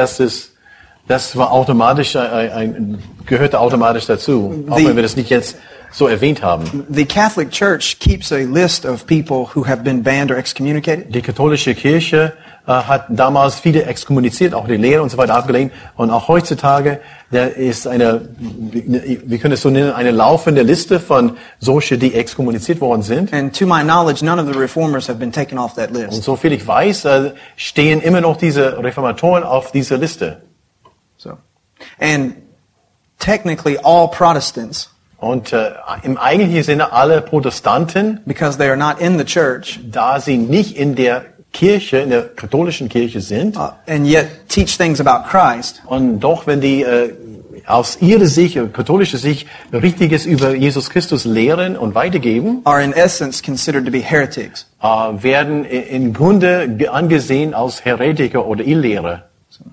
[SPEAKER 3] Das war automatisch, gehörte automatisch dazu, auch wenn wir das nicht jetzt so erwähnt haben.
[SPEAKER 2] The Catholic Church keeps a list of people who have been banned or excommunicated.
[SPEAKER 3] Die katholische Kirche hat damals viele exkommuniziert, auch die Lehre und so weiter abgelehnt. Und auch heutzutage, da ist wir können es so nennen, eine laufende Liste von solchen, die exkommuniziert worden sind.
[SPEAKER 2] And to my knowledge, none of the reformers have been taken off that list.
[SPEAKER 3] Und so viel ich weiß, stehen immer noch diese Reformatoren auf dieser Liste.
[SPEAKER 2] So, and technically all Protestants,
[SPEAKER 3] und im eigentlichen Sinne alle Protestanten,
[SPEAKER 2] because they are not in the church,
[SPEAKER 3] da sie nicht in der Kirche, in der katholischen Kirche sind,
[SPEAKER 2] and yet teach things about Christ,
[SPEAKER 3] und doch wenn die aus ihrer Sicht, katholischer Sicht, Richtiges über Jesus Christus lehren und weitergeben,
[SPEAKER 2] are in essence considered to be heretics.
[SPEAKER 3] Werden im Grunde angesehen als Heretiker oder Irrlehrer.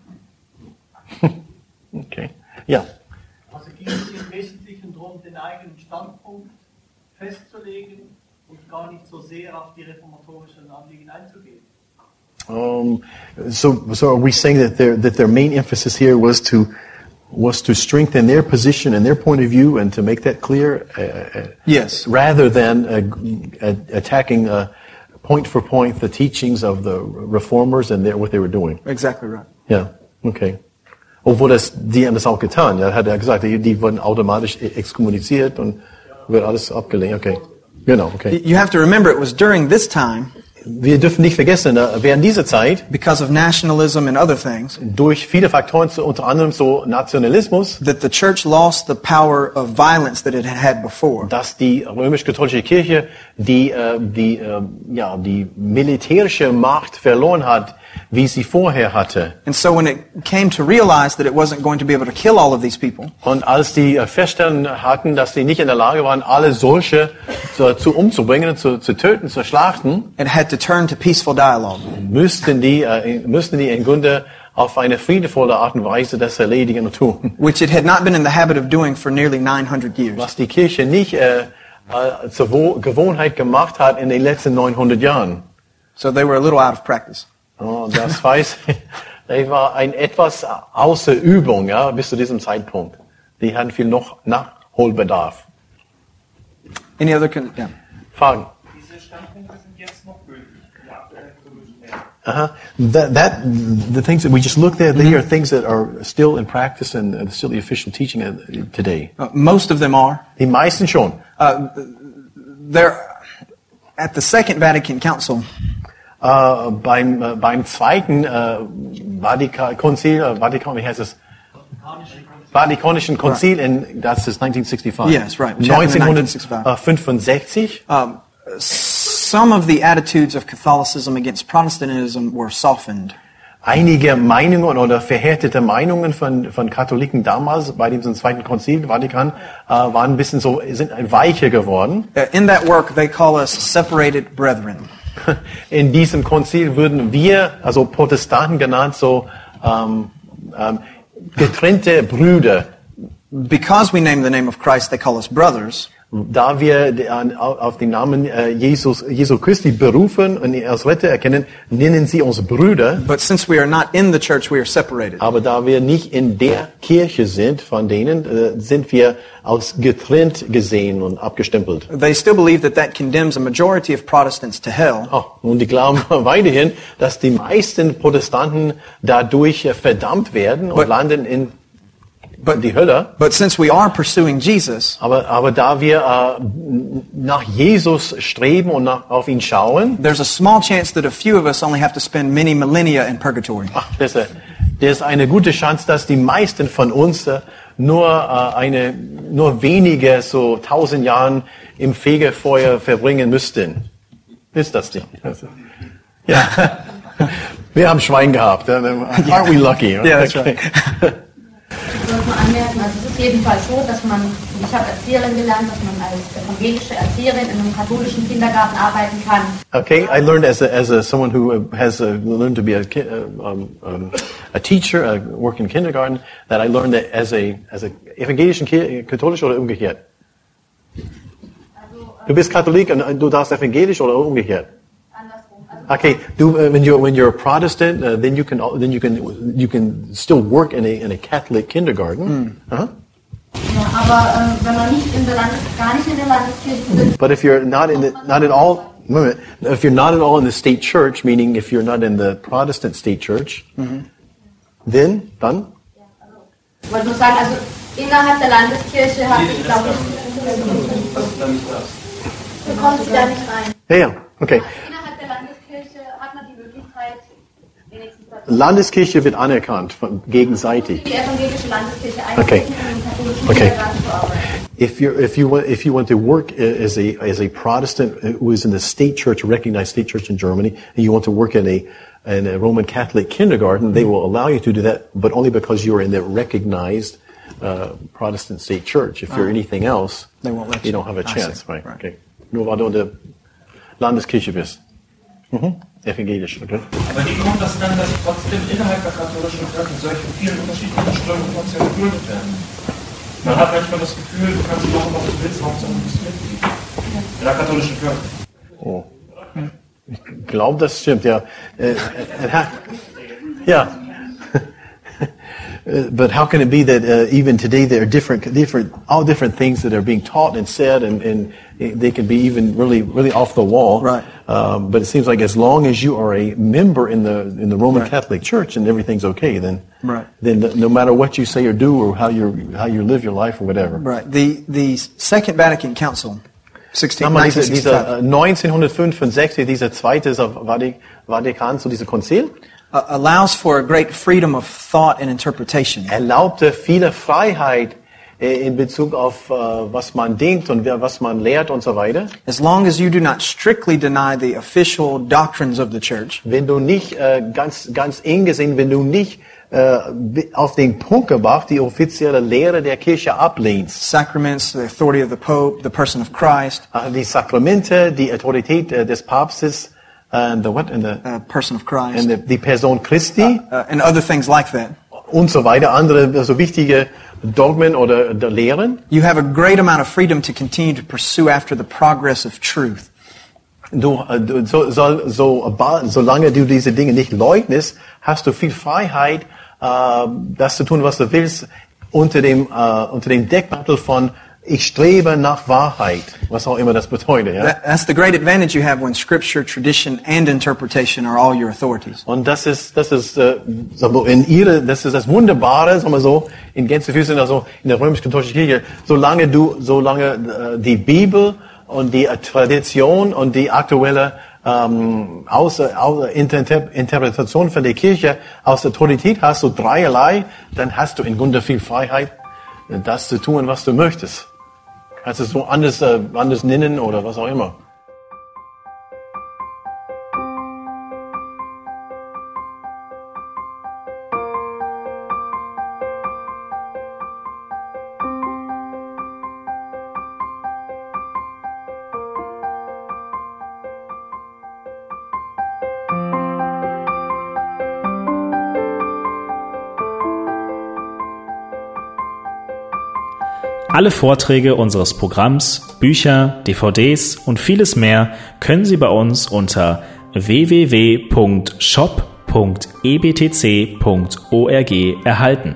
[SPEAKER 3] Okay. Ja.
[SPEAKER 6] Also ging es im Wesentlichen darum, den eigenen Standpunkt festzulegen und gar nicht so sehr auf die reformatorischen Anliegen einzugehen.
[SPEAKER 3] So are we saying that their main emphasis here was to strengthen their position and their point of view and to make that clear?
[SPEAKER 2] Yes.
[SPEAKER 3] Rather than attacking point for point the teachings of the reformers and what they were doing.
[SPEAKER 2] Exactly right.
[SPEAKER 3] Ja. Okay. Obwohl die haben das auch getan. Ja, hat er gesagt, die wurden automatisch exkommuniziert und wird alles abgelehnt. Okay. Genau, okay.
[SPEAKER 2] You have to remember it was during this time.
[SPEAKER 3] Wir dürfen nicht vergessen, während dieser Zeit,
[SPEAKER 2] because of nationalism and other things,
[SPEAKER 3] durch viele Faktoren, unter anderem so Nationalismus,
[SPEAKER 2] that the church lost the power of violence that it had had before.
[SPEAKER 3] Dass die römisch-katholische Kirche die militärische Macht verloren hat, wie sie vorher hatte.
[SPEAKER 2] And so when it came to realize that it wasn't going to be able to kill all of these people,
[SPEAKER 3] und als die feststellen hatten, dass sie nicht in der Lage waren, alle solche umzubringen, zu töten, zu schlachten,
[SPEAKER 2] it had to turn to peaceful dialogue.
[SPEAKER 3] Müssten die im Grunde auf eine friedvolle Art und Weise das erledigen und tun.
[SPEAKER 2] Which it had not been in the habit of doing for nearly 900 years.
[SPEAKER 3] Was die Kirche nicht zur Gewohnheit gemacht hat in den letzten 900 Jahren.
[SPEAKER 2] So they were a little out of practice.
[SPEAKER 3] Oh, das war etwas außer Übung, ja, bis zu diesem Zeitpunkt. Die hatten viel noch Nachholbedarf.
[SPEAKER 2] Any other
[SPEAKER 3] Fragen?
[SPEAKER 5] Diese Standpunkte sind jetzt noch gültig.
[SPEAKER 3] The things that we just looked at, they are things that are still in practice and still the official teaching today.
[SPEAKER 2] Most of them are.
[SPEAKER 3] Die meisten schon.
[SPEAKER 2] They're at the Second Vatican Council.
[SPEAKER 3] Beim zweiten Konzil, Vatikan, wie heißt es? Vatikanischen Konzil, das ist 1965.
[SPEAKER 2] Yes, right.
[SPEAKER 3] 1965.
[SPEAKER 2] Some of the attitudes of Catholicism against Protestantism were softened.
[SPEAKER 3] Einige Meinungen oder verhärtete Meinungen von Katholiken damals bei diesem Zweiten Konzil Vatikan waren ein bisschen so, sind weicher geworden.
[SPEAKER 2] In that work, they call us separated brethren.
[SPEAKER 3] In diesem Konzil würden wir, also Protestanten genannt, so getrennte Brüder.
[SPEAKER 2] Because we name the name of Christ, they call us brothers.
[SPEAKER 3] Da wir auf den Namen Jesu Christi berufen und ihn als Retter erkennen, nennen sie uns Brüder.
[SPEAKER 2] But since we are not in the church, we are separated.
[SPEAKER 3] Aber da wir nicht in der Kirche sind, von denen sind wir als getrennt gesehen und abgestempelt.
[SPEAKER 2] They still believe that condemns a majority of Protestants to hell.
[SPEAKER 3] Und die glauben weiterhin, dass die meisten Protestanten dadurch verdammt werden und landen in die Hölle.
[SPEAKER 2] But since we are pursuing Jesus,
[SPEAKER 3] aber da wir nach Jesus streben und auf ihn schauen,
[SPEAKER 2] there's a small chance that a few of us only have to spend many millennia in purgatory.
[SPEAKER 3] Das ist eine gute Chance, dass die meisten von uns nur wenige, so 1000 Jahren im Fegefeuer verbringen müssten. Ist das nicht? Ja. Wir haben Schwein gehabt. Aren't we lucky?
[SPEAKER 2] Yeah, that's right.
[SPEAKER 8] Ich wollte nur anmerken, also es ist jedenfalls so, dass ich habe Erzieherin gelernt, dass man als evangelische Erzieherin in einem katholischen Kindergarten arbeiten kann.
[SPEAKER 3] Okay, I learned as someone who has learned to be a teacher, work in kindergarten, that I learned that as a evangelischen katholisch oder umgekehrt. Du bist Katholik und du darfst evangelisch oder umgekehrt? Okay, when you're a Protestant, then you can still work in a Catholic kindergarten.
[SPEAKER 8] Ja, aber wenn man nicht gar nicht in der Landeskirche ist.
[SPEAKER 3] But if you're not at all in the state church, meaning if you're not in the Protestant state church, then dann?
[SPEAKER 8] Ich wollte nur sagen, also innerhalb der Landeskirche habe ich, glaube ich, du kommst da nicht rein.
[SPEAKER 3] Ja, okay. Landeskirche wird anerkannt gegenseitig.
[SPEAKER 8] Die evangelische Landeskirche eintreten in den katholischen Kindergarten zu arbeiten.
[SPEAKER 3] If you want to work as a Protestant who is in the state church, a recognized state church in Germany, and you want to work in a Roman Catholic kindergarten, they will allow you to do that, but only because you are in the recognized Protestant state church. If you're anything else,
[SPEAKER 2] they won't let
[SPEAKER 3] you don't have a chance, right?
[SPEAKER 2] Right.
[SPEAKER 3] Okay. Nur weil du in der Landeskirche bist. Evangelisch, okay?
[SPEAKER 5] Aber wie kommt das dann, dass trotzdem innerhalb der katholischen Kirche solche vielen unterschiedlichen Strömungen trotzdem geduldet werden? Man hat manchmal das Gefühl, du kannst machen, was du willst, Hauptsache du bist Mitglied in der katholischen Kirche.
[SPEAKER 3] Oh. Ich glaube, das stimmt, ja. Ja. But how can it be that even today there are all different things that are being taught and said, and they can be even really off the wall.
[SPEAKER 2] Right.
[SPEAKER 3] But it seems like as long as you are a member in the Roman Catholic Church and everything's okay, then no matter what you say or do or how you live your life or whatever.
[SPEAKER 2] Right. The Second Vatican Council.
[SPEAKER 3] 1965, dieser zweite Vatikan, so dieser Konzil,
[SPEAKER 2] allows for a great freedom of thought and interpretation.
[SPEAKER 3] Erlaubte viele Freiheit in Bezug auf was man denkt und was man lehrt und so weiter.
[SPEAKER 2] As long as you do not strictly deny the official doctrines of the church.
[SPEAKER 3] Wenn du nicht ganz eng gesehen, wenn du nicht auf den Punkt gebracht die offizielle Lehre der Kirche ablehnst.
[SPEAKER 2] Sacraments, the authority of the Pope, the person of Christ.
[SPEAKER 3] Die Sakramente, die Autorität des Papstes. And the
[SPEAKER 2] person of Christ.
[SPEAKER 3] And die Person Christi.
[SPEAKER 2] And other things like that.
[SPEAKER 3] Und so weiter, andere so wichtige Dogmen oder Lehren.
[SPEAKER 2] You have a great amount of freedom to continue to pursue after the progress of truth.
[SPEAKER 3] Solange du diese Dinge nicht leugnest, hast du viel Freiheit, das zu tun, was du willst, unter dem Deckmantel von ich strebe nach Wahrheit, was auch immer das bedeutet. Ja?
[SPEAKER 2] That's the great advantage you have when Scripture, tradition, and interpretation are all your authorities.
[SPEAKER 3] Und das ist das Wunderbare, sagen wir so, in Gänsefüßchen, also in der römisch-katholischen Kirche, solange die Bibel und die Tradition und die aktuelle außer Interpretation von der Kirche, aus der Autorität hast du dreierlei, dann hast du im Grunde viel Freiheit, das zu tun, was du möchtest. Kannst du es so anders nennen oder was auch immer.
[SPEAKER 1] Alle Vorträge unseres Programms, Bücher, DVDs und vieles mehr können Sie bei uns unter www.shop.ebtc.org erhalten.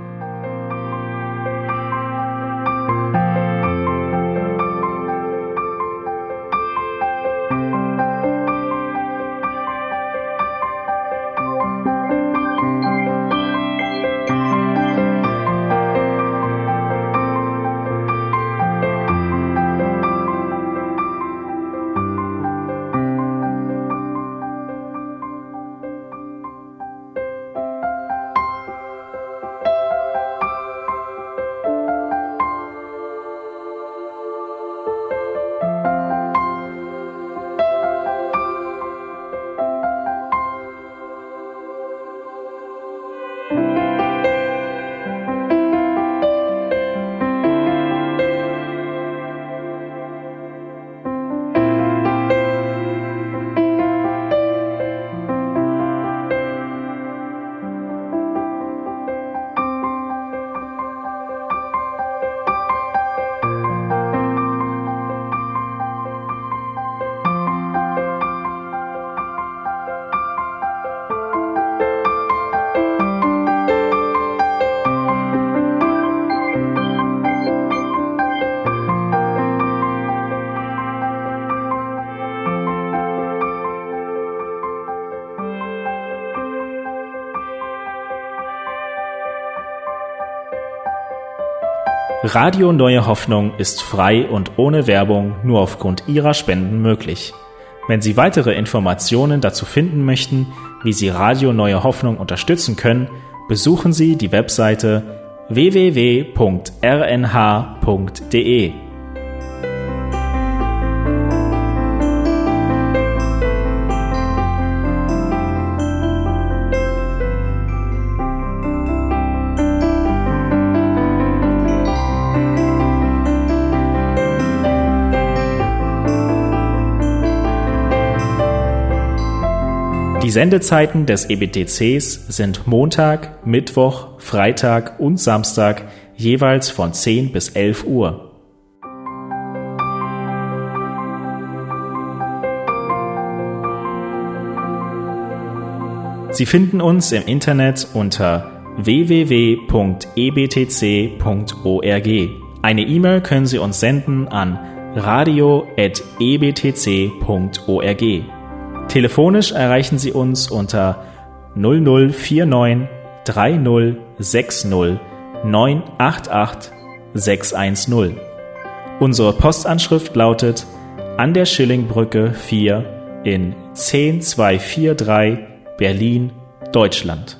[SPEAKER 1] Radio Neue Hoffnung ist frei und ohne Werbung nur aufgrund Ihrer Spenden möglich. Wenn Sie weitere Informationen dazu finden möchten, wie Sie Radio Neue Hoffnung unterstützen können, besuchen Sie die Webseite www.rnh.de. Die Sendezeiten des EBTCs sind Montag, Mittwoch, Freitag und Samstag jeweils von 10 bis 11 Uhr. Sie finden uns im Internet unter www.ebtc.org. Eine E-Mail können Sie uns senden an radio@ebtc.org. Telefonisch erreichen Sie uns unter 0049 3060 988 610. Unsere Postanschrift lautet an der Schillingbrücke 4 in 10243 Berlin, Deutschland.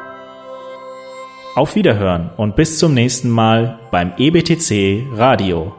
[SPEAKER 1] Auf Wiederhören und bis zum nächsten Mal beim EBTC Radio.